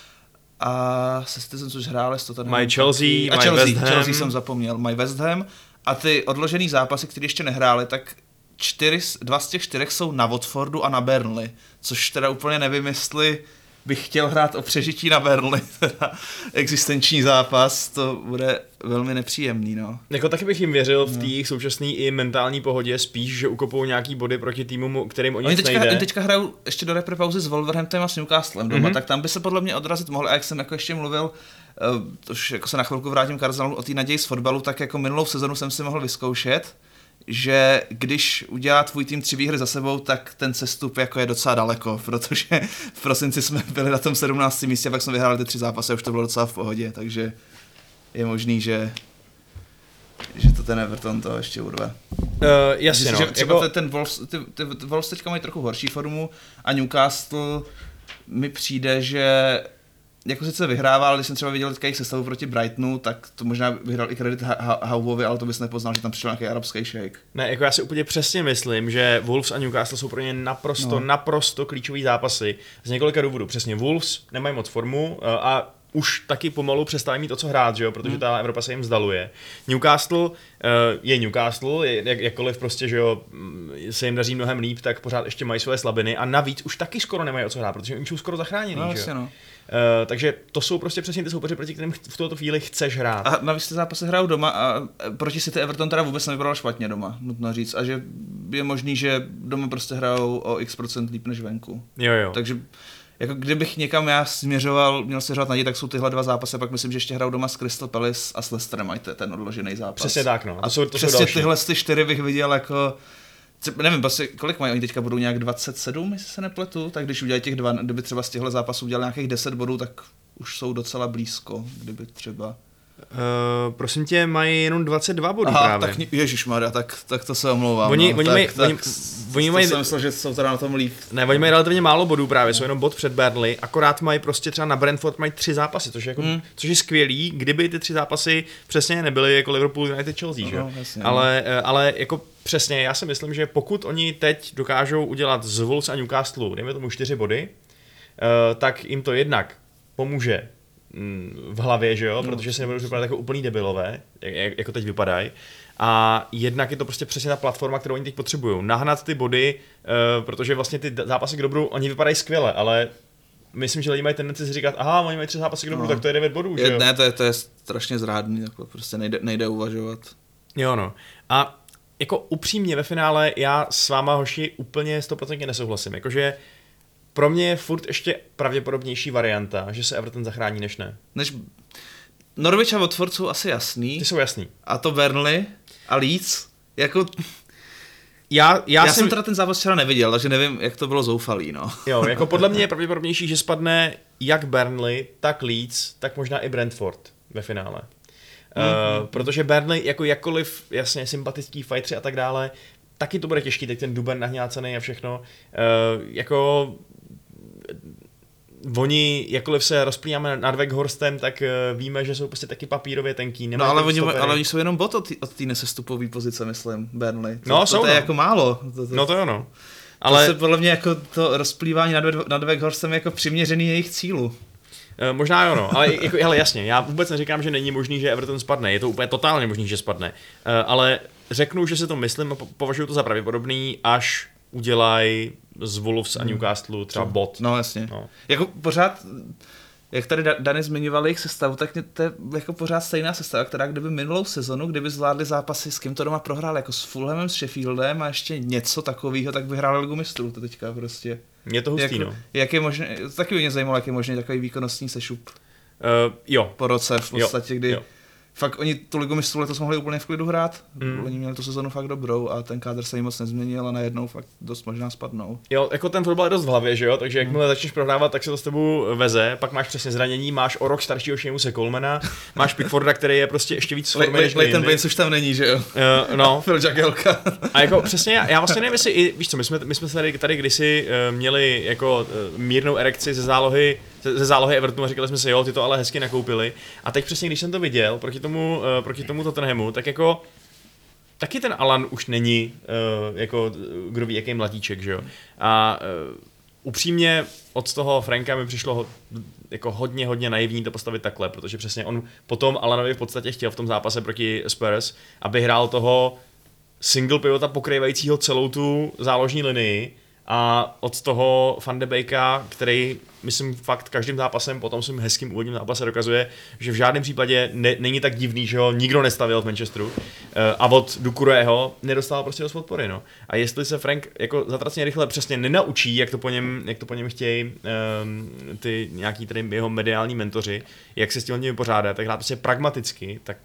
a se Citizens už hráli s Tottenhamem. Mají Chelsea, a mají Chelsea, West Ham. Chelsea jsem zapomněl, mají West Ham a ty odložený zápasy, které ještě nehráli, tak čtyři, dva z těch čtyřech jsou na Watfordu a na Burnley, což teda úplně nevím, jestli bych chtěl hrát o přežití na Burnley, teda existenční zápas, to bude velmi nepříjemný, no. Jako taky bych jim věřil v té jejich současné i mentální pohodě, spíš, že ukopou nějaký body proti týmu, kterým o nic oni teďka, nejde. Oni teďka hrajou ještě do repre pauzy s Wolverhamptonem a s Newcastlem doma, mm-hmm. tak tam by se podle mě odrazit mohli, a jak jsem jako ještě mluvil, uh, už jako se na chvilku vrátím k Arsenalu o té naději z fotbalu, tak jako minulou sezonu jsem si mohl vyzkoušet, že když udělá tvůj tým tři výhry za sebou, tak ten sestup jako je docela daleko, protože v prosinci jsme byli na tom sedmnáctém místě a pak jsme vyhráli ty tři zápasy a už to bylo docela v pohodě, takže je možný, že že to ten Everton to ještě urve. Uh, jasně, no. Že třeba jako... ten Wolves, ty, ty, ty Wolves teďka mají trochu horší formu a Newcastle mi přijde, že jako sice vyhrával, ale když jsem třeba viděl teďka jejich sestavu proti Brightonu, tak to možná vyhrál i kredit Hauvovi, ale to bys nepoznal, že tam přišel nějaký arabský šejk. Ne, jako já si úplně přesně myslím, že Wolves a Newcastle jsou pro ně naprosto, no. naprosto klíčový zápasy z několika důvodů. Přesně Wolves nemají moc formu a už taky pomalu přestávají mít o co hrát, že jo? Protože ta Evropa se jim vzdaluje. Newcastle uh, je Newcastle, je, jak, jakkoliv prostě, že jo, se jim daří mnohem líp, tak pořád ještě mají své slabiny a navíc už taky skoro nemají o co hrát, protože oni jsou skoro zachránění, no, že jo? No. Uh, takže to jsou prostě přesně ty soupeři, proti kterým v tuto chvíli chceš hrát. A navíc ty zápasy hrajou doma a proti City Everton teda vůbec nevypadal špatně doma, nutno říct. A že je možný, že doma prostě hrajou o x procent líp než venku. Jo, jo. Takže jako kdybych někam já směřoval, měl se hrát naději, tak jsou tyhle dva zápasy, pak myslím, že ještě hrajou doma s Crystal Palace a s Leicesterem mají ten odložený zápas. Přesně tak, no. A to jsou, to přesně jsou tyhle ty čtyři bych viděl jako, nevím, prostě, kolik mají, oni teďka budou nějak dvacet sedm, jestli se nepletu, tak když udělají těch dva, kdyby třeba z těchto zápasů udělali nějakých deset bodů, tak už jsou docela blízko, kdyby třeba. Uh, prosím tě, mají jenom dvacet dva bodů. Aha, právě. Tak ježišmarja, tak, tak to se omlouvám. Oni, no. oni tak, mají, tak, oni, oni mají, jsem myslel, že jsou teda na tom líp. Ne, oni mají relativně málo bodů právě, jsou jenom bod před Burnley, akorát mají prostě třeba na Brentford mají tři zápasy, což je, jako, hmm. což je skvělý, kdyby ty tři zápasy přesně nebyly jako Liverpool, United, Chelsea, že? No, jasně, ale, ale jako přesně, já si myslím, že pokud oni teď dokážou udělat z Wolves a Newcastle, dejme tomu čtyři body, uh, tak jim to jednak pomůže v hlavě, že jo, no, protože si nebudou vypadat jako úplný debilové, jak, jako teď vypadají. A jednak je to prostě přesně ta platforma, kterou oni teď potřebují. Nahnat ty body, uh, protože vlastně ty zápasy k dobru, oni vypadají skvěle, ale myslím, že lidi mají tendenci si říkat, aha, oni mají tři zápasy k dobru, no. tak to je devět bodů, že jo. Ne, to je, to je strašně zrádný, tak prostě nejde, nejde uvažovat. Jo no. A jako upřímně ve finále já s váma hoši úplně sto procent nesouhlasím. Jakože pro mě je furt ještě pravděpodobnější varianta, že se Everton zachrání než ne. Než Norwich a Watford jsou asi jasný. Ty jsou jasný. A to Burnley a Leeds, jako... Já, já, Já jsem jsem teda ten zápas včera neviděl, takže nevím, jak to bylo zoufalý, no. Jo, jako podle mě je pravděpodobnější, že spadne jak Burnley, tak Leeds, tak možná i Brentford ve finále. Mm-hmm. Uh, protože Burnley jako jakkoliv jasně sympatický fightři a tak dále, taky to bude těžký, teď ten duben nahňácený a všechno. Uh, jako oni, jakkoliv se rozplýváme nad Weghorstem, tak uh, víme, že jsou prostě taky papírově tenký. No ale oni, ale oni jsou jenom bot od té nesestupové pozice, myslím, Burnley. To, No, to, jsou, to je no. jako málo. To, to, No to jo, no. Ale... To se podle mě jako to rozplývání nad, nad Weghorsten je jako přiměřený jejich cílu. Uh, možná jo, no, ale jako, hele, jasně, já vůbec neříkám, že není možný, že Everton spadne, je to úplně totálně možný, že spadne, uh, ale řeknu, že si to myslím a považuji to za pravděpodobný, až udělají z Wolves a Newcastle třeba bod. No jasně. No. Jako pořád, jak tady Dany zmiňoval jejich sestavu, tak to je jako pořád stejná sestava, která kdyby minulou sezonu, kdyby zvládli zápasy, s kým to doma prohrál, jako s Fulhamem, s Sheffieldem a ještě něco takového, tak by hráli Ligu mistrů to teďka prostě. Je to hustý, jak, no. Jak je možné, taky mě zajímalo, jak je možný takový výkonnostní sešup. Uh, jo. Po roce v podstatě, jo. kdy Jo. fakt oni tu Ligu mistrů letos mohli úplně v klidu hrát. Mm. Oni měli tu sezonu fakt dobrou a ten kádr se jim moc nezměnil a najednou fakt dost možná spadnou. Jo, jako ten fotbal je dost v hlavě, že jo, takže jakmile začneš prohrávat, tak se to s tebou veze, pak máš přesně zranění, máš o rok staršího Seamuse Colemana, máš Pickforda, který je prostě ještě víc formy než Leighton jindy. Baines už tam není, že jo? Uh, no. Phil Jagielka. A jako přesně, já, já vlastně nevím, jestli i, víš co, my jsme, my jsme tady, tady kdysi uh, měli jako uh, mírnou erekci ze zálohy, ze, ze zálohy Evertonu a říkali jsme si, jo, ty to ale hezky nakoupili. A teď přesně, když jsem to viděl proti tomu, uh, proti tomu Tottenhamu, tak jako taky ten Alan už není uh, jako kdo ví, jaký mladíček, že jo. A uh, upřímně od toho Franka mi přišlo ho, jako hodně, hodně naivní to postavit takhle, protože přesně on potom Alanovi v podstatě chtěl v tom zápase proti Spurs, aby hrál toho single pivota pokrývajícího celou tu záložní linii a od toho Van de Beeka, který myslím fakt každým zápasem potom svým hezkým úvodním zápase dokazuje, že v žádném případě ne, není tak divný, že ho nikdo nestavil v Manchesteru a od Doucourého nedostal prostě dost podpory, no. A jestli se Frank jako zatraceně rychle přesně nenaučí, jak to po něm, jak to po něm chtějí um, ty nějaký tady jeho mediální mentoři, jak se s tím vypořádat, tak hrát prostě pragmaticky, tak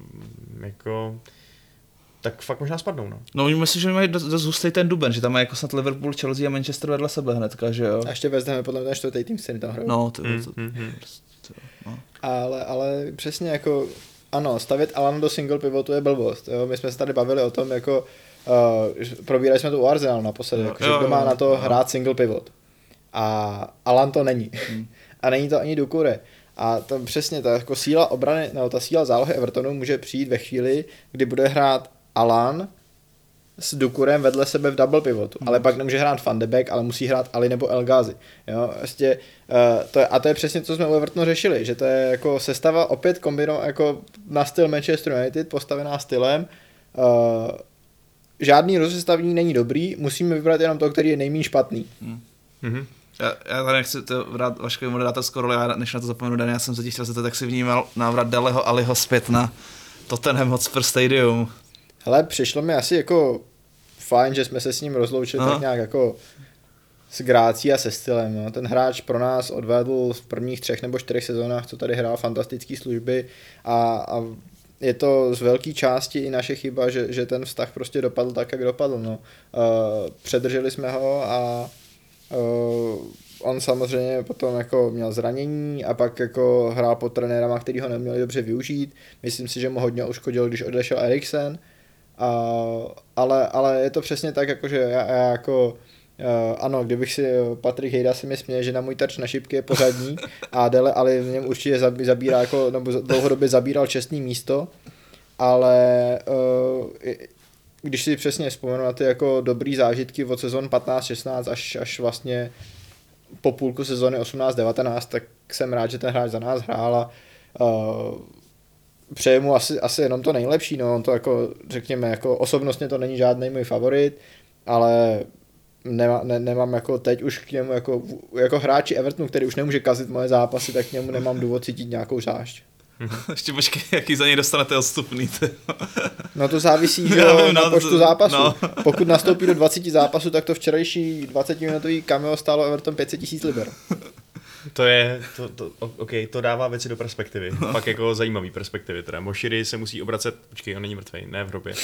jako tak fakt možná spadnou, no. No, myslím, že mají dost, dost hustý ten duben, že tam má jako snad Liverpool, Chelsea a Manchester vedle sebe hnedka, že jo? A ještě vezmeme podle mě ten čtvrtý tým, který tam hrajou. No, to, Mm, to, mm, mm. to, no. Ale, ale přesně jako, ano, stavět Alana do single pivotu je blbost. Jo? My jsme se tady bavili o tom, jako uh, probírali jsme to u Arsenal naposledy, Jo, jako, jo, že kdo má jo, na to jo. hrát single pivot. A Alan to není. Hmm. A není to ani Doucouré. A to přesně ta jako síla obrany, no, ta síla zálohy Evertonu může přijít ve chvíli, kdy bude hrát Alan s Doucourem vedle sebe v double pivotu, hmm. ale pak nemůže hrát Van de Beek, ale musí hrát Ali nebo El Ghazi. Jo, vlastně, uh, to je, a to je přesně to, co jsme u Evertonu řešili, že to je jako sestava opět kombinovaná jako na styl Manchester United, postavená stylem. Uh, žádný rozestavní není dobrý, musíme vybrat jenom to, který je nejméně špatný. Hmm. Mm-hmm. Já, já tady nechci to vrát Vaškovi moderátorskou roli, já než na to zapomenu, Dan, já jsem se chtěl se tak si vnímal návrat Deleho Aliho zpět na Tottenham Hotspur Stadium. Hele, přišlo mi asi jako fajn, že jsme se s ním rozloučili. Aha. Tak nějak jako s grácí a se stylem. No. Ten hráč pro nás odvedl v prvních třech nebo čtyřech sezónách, co tady hrál, fantastické služby a, a je to z velké části i naše chyba, že, že ten vztah prostě dopadl tak, jak dopadl. No. Uh, předrželi jsme ho a uh, on samozřejmě potom jako měl zranění a pak jako hrál pod trenérama, který ho neměli dobře využít. Myslím si, že mu hodně uškodil, když odešel Eriksen. Uh, ale, ale je to přesně tak, jako, že já, já jako uh, ano, kdybych si Patrik Hejda si mi směl, že na můj terč na šipky je pořadní a Dele Ali v něm určitě zabírá jako, nebo dlouhodobě zabíral čestný místo, ale uh, když si přesně vzpomenu na ty jako dobrý zážitky od sezon patnáct šestnáct až, až vlastně po půlku sezóny osmnáct devatenáct, tak jsem rád, že ten hráč za nás hrál a uh, přeje mu asi, asi jenom to nejlepší, no, on to jako, řekněme, jako osobnostně to není žádný můj favorit, ale nema, ne, nemám jako teď už k němu, jako, jako hráči Evertonu, který už nemůže kazit moje zápasy, tak k němu nemám důvod cítit nějakou zášť. Ještě počkej, jaký za něj dostanete odstupný. No to závisí, že Já jo, vím, na no, počtu to- zápasů. no. Pokud nastoupí do dvaceti zápasů, tak to včerejší dvacetiminutový cameo stálo Everton pět set tisíc liber. To je, to, to, OK, to dává věci do perspektivy. Pak jako zajímavý perspektivy. Teda Moshiri se musí obracet, počkej, on není mrtvej, ne v hrobě.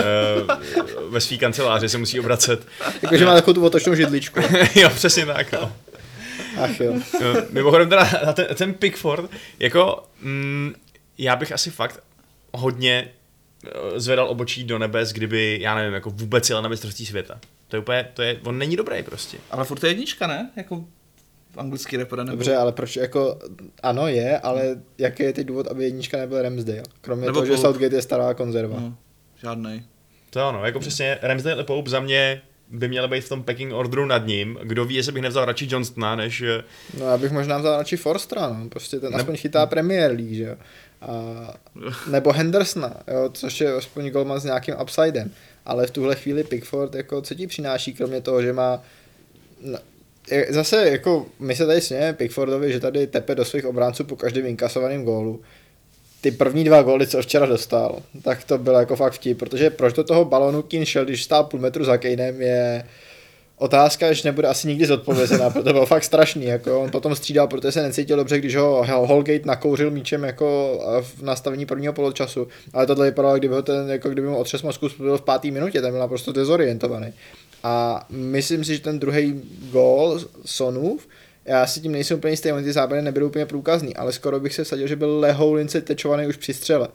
Uh, ve svý kanceláři se musí obracet. Jakože má takovou tu otočnou židličku. Jo, přesně tak, no. Ach jo. No, mimochodem teda na ten, ten Pickford, jako mm, já bych asi fakt hodně eh, zvedal obočí do nebes, kdyby, já nevím, jako vůbec jel na mistrovství světa. To je úplně, to je, on není dobrý prostě. Ale furt je jednička, ne? Jako v anglický repre nebo... Dobře, ale proč jako, ano je, ale jaký je teď důvod, aby jednička nebyl Ramsdale? Kromě Nebo toho, že Pope. Southgate je stará konzerva. No, žádnej. To ano, jako přesně Ramsdale a Pope za mě by měl být v tom packing orderu nad ním. Kdo ví, jestli bych nevzal radši Johnstona, než... eh, No já bych možná vzal radši Forstera, no. Prostě ten aspoň chytá Premier League, že jo. A, nebo Hendersona, jo, což je aspoň golman s nějakým upsidem. Ale v tuhle chvíli Pickford, jako, co ti přináší, kromě toho, že má... No, je- zase, jako, my se tady smějeme Pickfordovi, že tady tepe do svých obránců po každém inkasovaném gólu. Ty první dva góly, co včera dostal, tak to bylo jako fakt vtip, protože proč do toho balonu Keane šel, když stál půl metru za Kanem, je otázka, že nebude asi nikdy zodpovězená, protože to bylo fakt strašný, jako on potom střídal, protože se necítil dobře, když ho Holgate nakouřil míčem jako v nastavení prvního poločasu, ale tohle vypadalo, kdyby ho ten, jako kdyby mu otřes mozku byl v páté minutě, ten byl naprosto dezorientovaný. A myslím si, že ten druhý gól Sonův, já si tím nejsem úplně jistý, ty záběry nebyly úplně průkazný, ale skoro bych se vsadil, že byl lehoulince tečovaný už při střele.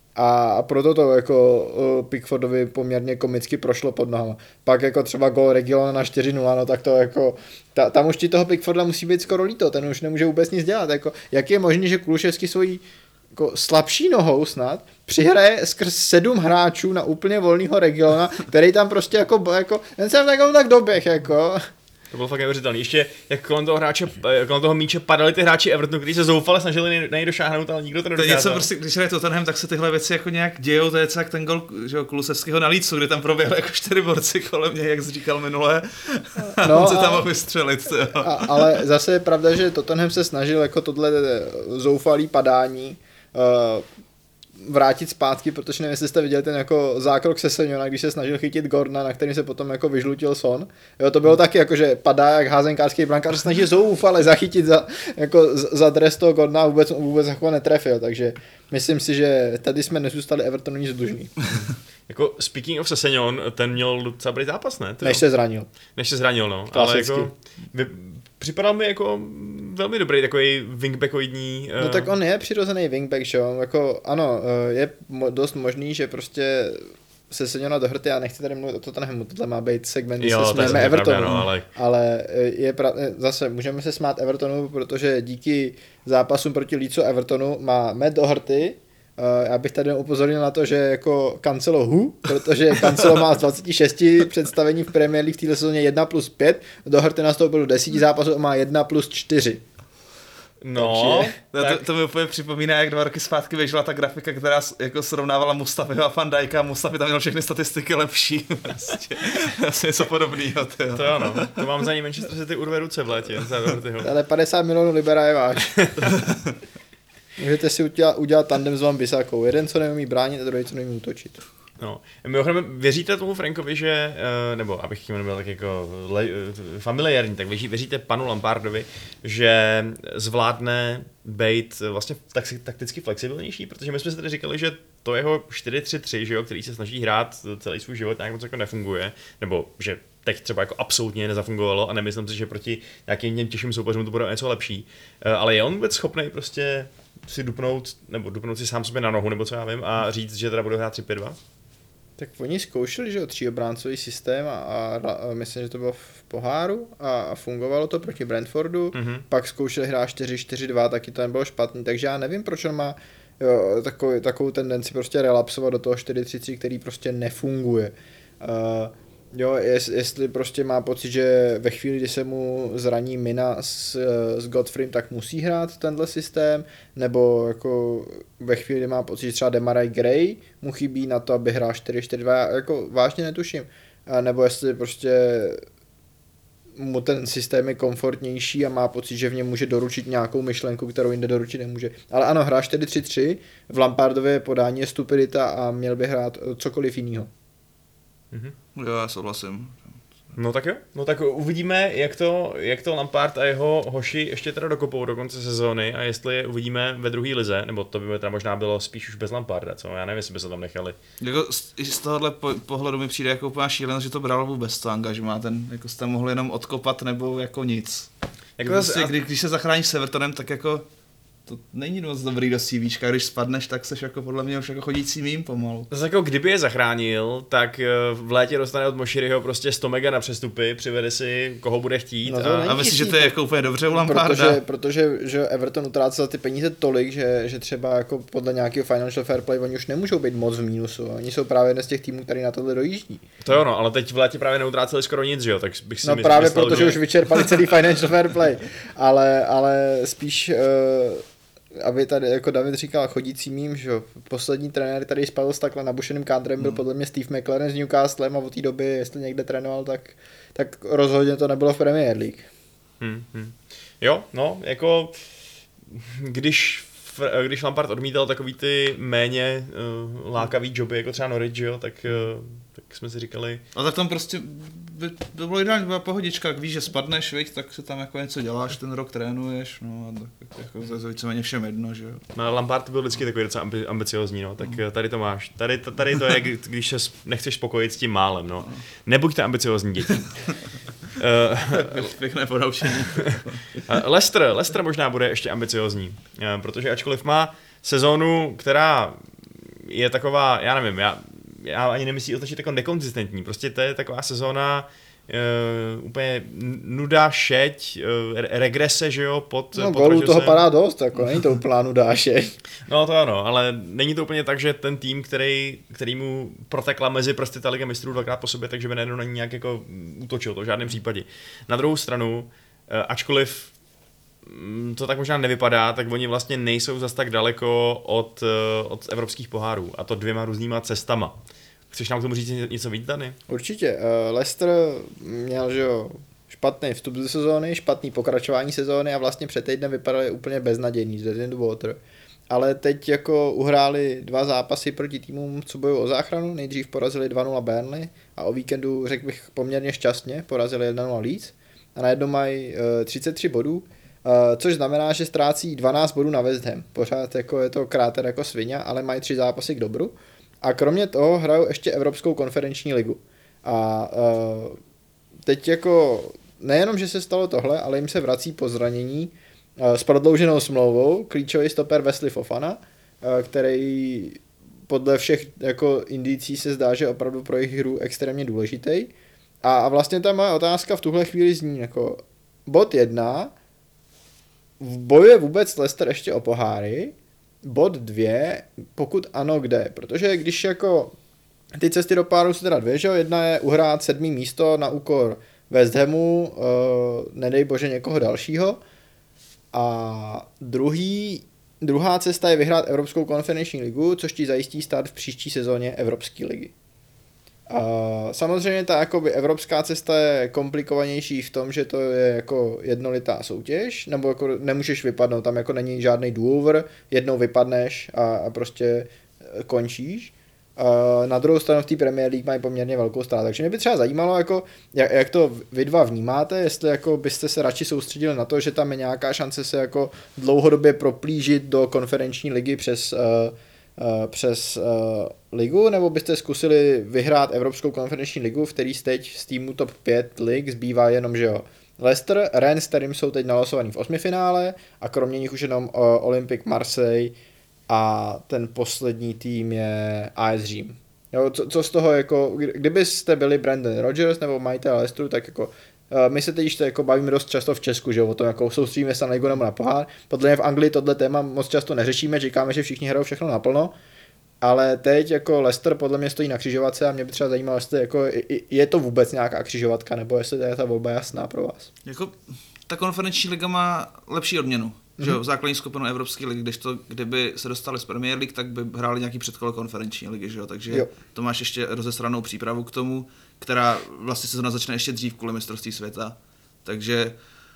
A proto to jako uh, Pickfordovi poměrně komicky prošlo pod nohama. Pak jako třeba gól Reguilona na čtyři nula, no tak to jako, ta, tam už ti toho Pickforda musí být skoro líto, ten už nemůže vůbec nic dělat. Jako, jak je možné, že Kuluševský svojí jako slabší nohou snad přihraje skrz sedm hráčů na úplně volného Reguilona, který tam prostě jako, jako ten jsem tak, tak doběh, jako. To bylo fakt neuvěřitelný. Ještě jak kolem toho hráče, eh, kolem toho míče padali ty hráči Evertonu, kteří se zoufale snažili nej- nej došáhnout, ale nikdo to To je nedokázal. něco prostě, když je Tottenham, tak se tyhle věci jako nějak dějou, to je jak ten gol, že jo, Kulusevského na Lícu, kde tam proběhly jako čtyři borci kolem něj, jak jsi říkal minule, a No on se a- tam mohl vystřelit, to jo. A, ale zase je pravda, že Tottenham se snažil jako tohle zoufalý padání uh, vrátit zpátky, protože nevím, jestli jste viděli ten jako zákrok Sessegona, když se snažil chytit Gordona, na kterým se potom jako vyžlutil Son. Jo, to bylo taky jako, že padá jak házenkářský brankář, se snaží zoufale zachytit za, jako za dres toho Gordona a vůbec, vůbec jako netrefil, takže myslím si, že tady jsme nezůstali Evertonu nic dlužný, Jako speaking of Sessegnon, ten měl docela dobrý zápas, ne? Ty než jo? se zranil. Než se zranil, no. Klasicky. Ale jako, vy, připadal mi jako velmi dobrý takový wingbackoidní... No eh, tak on je přirozený wingback, že jo, jako ano, eh, je mo- dost možný, že prostě se Sessegona dohrty, já nechci tady mluvit o Tottenhamu, tohle má být segment, kdy Jo, se to je smějeme samozřejmě Evertonu, pravda, no, ale- ale eh, je pra- eh, zase můžeme se smát Evertonu, protože díky zápasům proti Leedsu a Evertonu má Matt Doherty. Uh, já bych tady upozornil na to, že jako Cancelo hu, protože Cancelo má z dvacet šest představení v Premier League v této sezóně jedna plus pět, Doherty nastoupil do deseti zápasů a má jedna plus čtyři. No, No, tak, to, to mi úplně připomíná, jak dva roky zpátky vyšla ta grafika, která s- jako srovnávala Mustafiho a Van Dijka a Mustafi tam měl všechny statistiky lepší. Prostě. Asi něco podobného. Tyjo. to ano. To mám za ní Manchester City urve ruce v létě. za Dohertyho. Ale padesát milionů libera je váš. Můžete si udělat, udělat tandem s Van Bissakou. Jeden, co neumí bránit, a druhý, co neumí útočit. No. Mimochodem, věříte tomu Frankovi, že, eh, nebo abych tím nebyl tak jako le, eh, familiární, tak věří, věříte panu Lampardovi, že zvládne být vlastně tak, takticky flexibilnější, protože my jsme si tady říkali, že to jeho čtyři tři tři, že jo, který se snaží hrát celý svůj život, nějak moc jako nefunguje, nebo že teď třeba jako absolutně nezafungovalo a nemyslím si, že proti nějakým těm těžším soupeřům to bude něco lepší, Eh, ale je on vůbec schopný prostě si dupnout, nebo dupnout si sám sobě na nohu, nebo co já vím, a říct, že teda bude hrát tři pět dva? Tak oni zkoušeli, že jo, tříobráncový systém a, a, a myslím, že to bylo v poháru a, a fungovalo to proti Brentfordu. Mhm. Pak zkoušeli hrát čtyři čtyři dva, taky to nebylo špatný, takže já nevím, proč on má jo, takovou, takovou tendenci prostě relapsovat do toho čtyři tři tři, který prostě nefunguje. Uh, jo, jest, jestli prostě má pocit, že ve chvíli, kdy se mu zraní Mina s, s Godfreym, tak musí hrát tenhle systém, nebo jako ve chvíli, kdy má pocit, že třeba Demarai Gray mu chybí na to, aby hrál čtyři čtyři dva, já jako vážně netuším. A nebo jestli prostě mu ten systém je komfortnější a má pocit, že v něm může doručit nějakou myšlenku, kterou jinde doručit nemůže. Ale ano, hráš tedy tři tři, v Lampardově podání je stupidita a měl by hrát cokoliv jiného. Mhm. Jo, já souhlasím. No tak jo, no tak uvidíme, jak to, jak to Lampard a jeho hoši ještě teda dokopou do konce sezóny a jestli je uvidíme ve druhé lize, nebo to by teda možná bylo spíš už bez Lamparda, co? Já nevím, jestli by se tam nechali. Jako z, z tohohle po, pohledu mi přijde jako úplná šílenost, že to bralo vůbec to angažmá, ten, jako jste mohli jenom odkopat nebo jako nic. Jako Jako zase, když, když se zachráníš s Evertonem, tak jako to není moc dobrý do CVčka, když spadneš, tak seš jako podle mě už jako chodící mým pomalu. Zase jako kdyby je zachránil, tak v létě dostane od Moširiho prostě sto mega na přestupy, přivede si koho bude chtít. No to a, A myslíš, že to je jako úplně dobře u Lamparda? Protože, protože že Everton utrácel ty peníze tolik, že, že třeba jako podle nějakého financial fair play oni už nemůžou být moc v mínusu. Oni jsou právě jeden z těch týmů, který na tohle dojíždí. to jo, no, ale teď v létě právě neutráceli skoro nic, že jo, tak bych si No mysl, právě myslel, protože že... už vyčerpali celý financial fair play. Ale, ale spíš... Uh, aby tady, jako David říkal, chodící mím, že jo, poslední trenér tady spadl s takhle nabušeným kádrem, byl hmm. podle mě Steve McLaren s Newcastlem a od té doby, jestli někde trénoval, tak, tak rozhodně to nebylo v Premier League. Hmm, hmm. Jo, no, jako když, když Lampard odmítal takový ty méně uh, lákavý joby, jako třeba Norwich, jo, tak, uh, tak jsme si říkali... No tak tam prostě by, to bylo ideální, byla pohodička, jak víš, že spadneš, viď, tak se tam jako něco děláš, ten rok trénuješ, no a tak jako to je víceméně všem jedno, že jo. No, Lampard byl vždycky takový docela ambi- ambiciozní, no, tak mm. tady to máš. Tady, tady to je, když se nechceš spokojit s tím málem, no. Nebuďte ambiciozní děti. Pěkné ponaučení. Leicester, Leicester možná bude ještě ambiciozní, protože ačkoliv má sezónu, která je taková, já nevím, já, já ani nemyslím označit jako nekonzistentní, prostě to je taková sezóna Uh, úplně nuda, šeť, uh, regrese, že jo, pod... No pod gólů Rodgersem. toho padá dost, jako není to úplná nuda šeť. No to ano, ale není to úplně tak, že ten tým, který, který mu protekla mezi prsty ta Liga mistrů dvakrát po sobě, takže by najednou na ní nějak jako útočil, to v žádném případě. Na druhou stranu, uh, ačkoliv um, to tak možná nevypadá, tak oni vlastně nejsou zas tak daleko od, uh, od evropských pohárů, a to dvěma různýma cestama. Chceš nám k tomu říct něco víc, Dany? Určitě. Uh, Leicester měl, že jo, špatný vstup do sezóny, špatný pokračování sezóny a vlastně před týdnem vypadali úplně beznadějný, dead in the water. Ale teď jako uhráli dva zápasy proti týmům, co bojují o záchranu. Nejdřív porazili dva nula Burnley a o víkendu, řekl bych, poměrně šťastně porazili jedna nula Leeds. A najednou mají uh, třicet tři bodů, uh, což znamená, že ztrácí dvanáct bodů na West Ham. Pořád jako je to kráter jako svině, ale mají tři zápasy k dobru. A kromě toho hrajou ještě Evropskou konferenční ligu. A uh, teď jako nejenom, že se stalo tohle, ale jim se vrací po zranění uh, s prodlouženou smlouvou klíčový stoper Wesley Fofana, uh, který podle všech jako indicí se zdá, že opravdu pro jejich hru extrémně důležitý. A, a vlastně ta moje otázka v tuhle chvíli zní jako bod jedna, bojuje vůbec Leicester ještě o poháry? Bod dvě, pokud ano, kde? Protože když jako ty cesty do páru jsou teda dvě, že jo? Jedna je uhrát sedmý místo na úkor West Hamu, uh, nedej bože někoho dalšího. A druhý, druhá cesta je vyhrát Evropskou konferenční ligu, což ti zajistí stát v příští sezóně Evropské ligy. Uh, samozřejmě ta jakoby evropská cesta je komplikovanější v tom, že to je jako jednolitá soutěž, nebo jako nemůžeš vypadnout, tam jako není žádný do-over, jednou vypadneš a, a prostě končíš. Uh, na druhou stranu v té Premier League mají poměrně velkou ztrátu, takže mě by třeba zajímalo, jako, jak, jak to vy dva vnímáte, jestli jako byste se radši soustředili na to, že tam je nějaká šance se jako dlouhodobě proplížit do konferenční ligy přes uh, Uh, přes uh, ligu, nebo byste zkusili vyhrát Evropskou konferenční ligu, v který teď z týmu top pět lig zbývá jenom, že jo, Leicester, Rennes, kterým jsou teď nalosovaný v osmifinále a kromě nich už jenom uh, Olympique Marseille a ten poslední tým je A S Řím. Jo, co, co z toho, jako, kdybyste byli Brendan Rodgers nebo majitel Leicesteru, tak jako Uh, my se teď to jako bavíme dost často v Česku, že o tom jako soustředíme se na ligu nebo na pohár. Podle mě v Anglii tohle téma moc často neřešíme, říkáme, že všichni hrajou všechno naplno, ale teď jako Leicester podle mě stojí na křižovatce a mě by třeba zajímalo, jestli jako je to vůbec nějaká křižovatka, nebo jestli je ta volba jasná pro vás. Jako ta konferenční liga má lepší odměnu. Mm-hmm. Že jo, základní skupinu Evropské ligy, když to, kdyby se dostali z Premier League, tak by hráli nějaký předkolo konferenční ligy, že jo, takže jo. To máš ještě rozesranou přípravu k tomu, která vlastně sezona začne ještě dřív kvůli mistrovství světa, Takže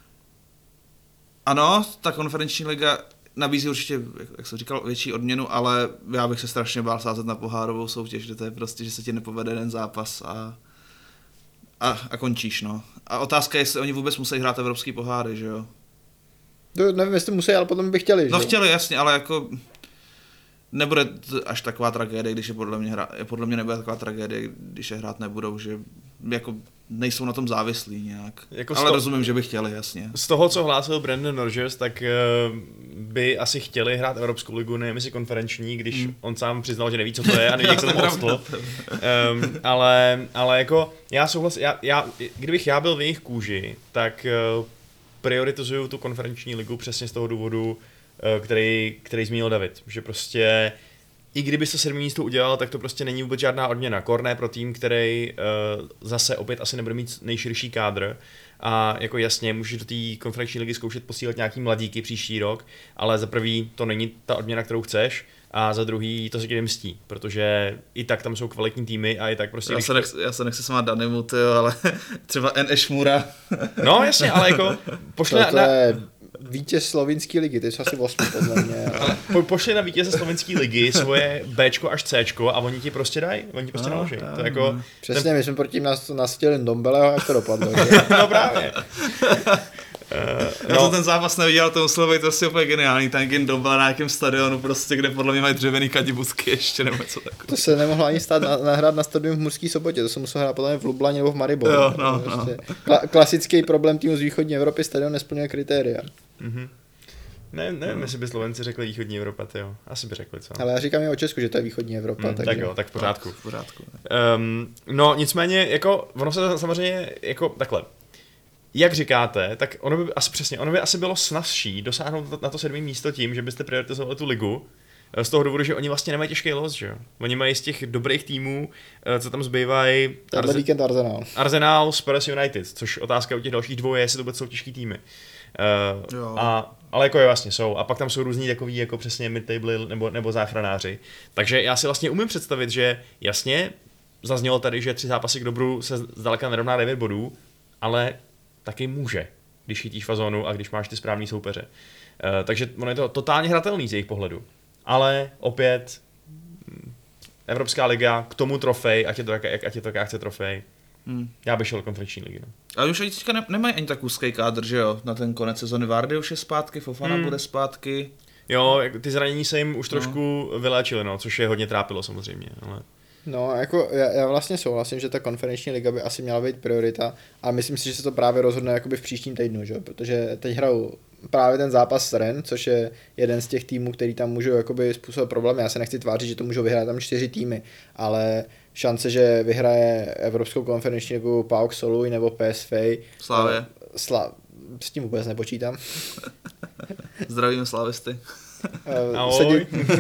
ano, ta konferenční liga nabízí určitě, jak jsem říkal, větší odměnu, ale já bych se strašně bál sázet na pohárovou soutěž, že to je prostě, že se ti nepovede jeden zápas a, a, a končíš, no. A otázka je, jestli oni vůbec musí hrát evropský poháry, že jo? To nevím, jestli musí, ale potom by chtěli, No že? chtěli, jasně, ale jako nebude to až taková tragédie, když je podle mě hra, podle mě nebude taková tragédie, když je hrát nebudou, že jako nejsou na tom závislí nějak. Jako ale sto... rozumím, že by chtěli, jasně. Z toho, co hlásil Brandon Rodgers, tak uh, by asi chtěli hrát Evropskou ligu, nevím jestli konferenční, když hmm. on sám přiznal, že neví, co to je a neví, jak se tam odstl. Um, ale, ale jako já souhlasím, já, já, kdybych já byl v jejich kůži, tak uh, prioritizuju tu konferenční ligu přesně z toho důvodu, uh, který, který zmínil David, že prostě i kdyby se sedmý místo udělal, tak to prostě není vůbec žádná odměna. Korné pro tým, který uh, zase opět asi nebude mít nejširší kádr. A jako jasně, můžeš do té konferenční ligy zkoušet posílat nějaký mladíky příští rok, ale za prvý to není ta odměna, kterou chceš, a za druhý to se ti vymstí, protože i tak tam jsou kvalitní týmy a i tak prostě... Já se, nechci, já se nechci smát Danimu, tyjo, ale třeba N. Ešmura. No jasně, ale jako pošli to, na... to je vítěz slovinské ligy, to je asi osmý podle mě. Ale po, pošli na vítěze slovenské ligy svoje Bčko až Cčko a oni ti prostě dají, oni ti prostě No, naloží. no, To je jako... Přesně, ten... my jsme proti nás nasytili Dombeleho, jak to dopadlo. No právě. Uh, Já no. jsem ten zápas neviděl, to muselo být prostě úplně geniální, ten Gin Dombele na nějakém stadionu, prostě, kde podle mě mají dřevěný kadibusky ještě nebo něco takového. To se nemohlo ani stát na, nahrát na stadionu v Murské Sobotě, to se muselo hrát podle mě v Lublani nebo v Mariboru. Jo, no, prostě. no. Kla- klasický problém týmu z východní Evropy, stadion nesplňuje kritéria. Mm-hmm. Ne, nevím, jestli by Slovenci řekli východní Evropa, tyjo. Asi by řekli, co? Ale já říkám i o Česku, že to je východní Evropa. Mm, takže... tak jo, tak v pořádku. V pořádku. Um, no nicméně, jako, ono se samozřejmě, jako takhle, jak říkáte, tak ono by asi přesně, ono by asi bylo snazší dosáhnout na to sedmé místo tím, že byste prioritizovali tu ligu, z toho důvodu, že oni vlastně nemají těžký los, že jo. Oni mají z těch dobrých týmů, co tam zbývají, Tenhle víkend Arsenal. Arsenal, Spurs, United, což otázka u těch dalších dvou je, jestli to vůbec jsou těžký týmy. Uh, a, ale jako je vlastně jsou. A pak tam jsou různý takový jako přesně mid-table nebo, nebo záchranáři. Takže já si vlastně umím představit, že jasně zaznělo tady, že tři zápasy k dobru se zdaleka nerovná devět bodů, ale taky může, když chytíš fazonu a když máš ty správný soupeře. Uh, takže ono je to totálně hratelný z jejich pohledu. Ale opět Evropská liga, k tomu trofej, ať je to, jak, ať je to jaká chce trofej. Hmm. Já bych šel do konferenční ligy. No. Ale už teďka ne, nemají ani tak úzký kádr, že jo? Na ten konec sezony Vardy už je zpátky, Fofana hmm. bude zpátky. Jo, ty zranění se jim už no. trošku vyléčily, no, což je hodně trápilo samozřejmě. Ale... No, jako já, já vlastně souhlasím, že ta konferenční liga by asi měla být priorita a myslím si, že se to právě rozhodne jakoby v příštím týdnu, že? Protože teď hrajou právě ten zápas s Rennes, což je jeden z těch týmů, který tam můžou jakoby způsobit problémy. Já se nechci tvářit, že to můžou vyhrát tam čtyři týmy, ale šance, že vyhraje Evropskou konferenční ligu P A O K Soluj nebo P S V. Slávě. Sla... S tím vůbec nepočítám. Zdravíme slávisty. Sedí...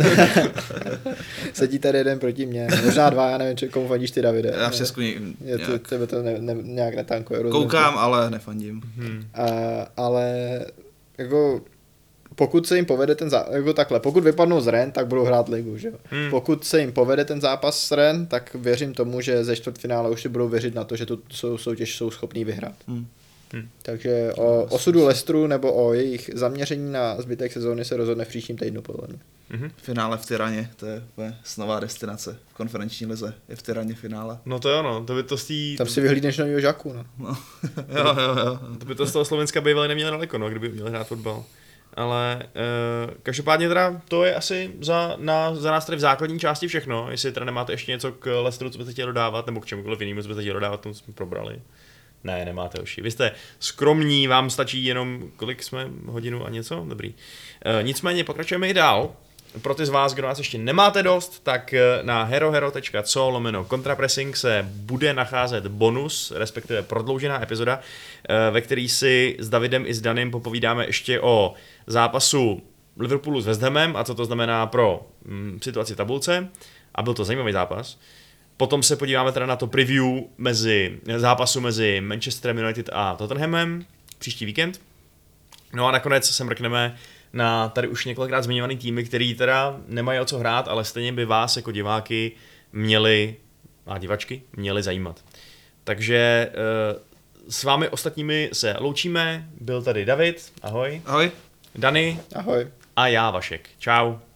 Sedí tady jeden proti mně, možná dva, já nevím, komu fandíš ty, Davide. Já v Česku nějak... To, tebe to ne, ne, nějak netankuje. Koukám, ale nefandím. Hmm. A, ale jako pokud se jim povede ten zápas, jako takhle, pokud vypadnou z Rennes, tak budou hrát ligu, že jo. Hmm. Pokud se jim povede ten zápas s Rennes, tak věřím tomu, že ze čtvrtfinále už si budou věřit na to, že tu soutěž jsou schopní vyhrát. Hmm. Hmm. Takže o osudu Leicesteru nebo o jejich zaměření na zbytek sezóny se rozhodne v příštím týdnu, podle mě. Mm-hmm. Finále v Tyraně, to je snová destinace v konferenční lize, je v Tyraně finále. No to jo, no, to by to z tý... Tam si vyhlídneš novýho Žaku, no. no. jo, jo, jo. To by to z toho Slovenska bývali neměli daleko, no, kdyby měli hrát fotbal. Ale uh, každopádně teda to je asi za, na, za nás tady v základní části všechno, jestli teda nemáte ještě něco k Leicesteru, co byste chtěli dodávat, nebo k čemukoliv jinému, co byste chtěli dodávat, tomu jsme probrali. Ne, nemáte oši. Vy jste skromní, vám stačí jenom, kolik jsme, hodinu a něco? Dobrý. E, nicméně pokračujeme i dál. Pro ty z vás, kdo nás ještě nemáte dost, tak na herohero tečka co lomeno kontrapressing se bude nacházet bonus, respektive prodloužená epizoda, ve který si s Davidem i s Danem popovídáme ještě o zápasu Liverpoolu s West Hamem a co to znamená pro mm, situaci v tabulce. A byl to zajímavý zápas. Potom se podíváme teda na to preview mezi, zápasu mezi Manchesterem United a Tottenhamem příští víkend. No a nakonec se mrkneme na tady už několikrát zmiňovaný týmy, který teda nemají o co hrát, ale stejně by vás jako diváky měli, a divačky, měli zajímat. Takže s vámi ostatními se loučíme. Byl tady David, ahoj. Ahoj. Dany Ahoj. a já, Vašek. Čau.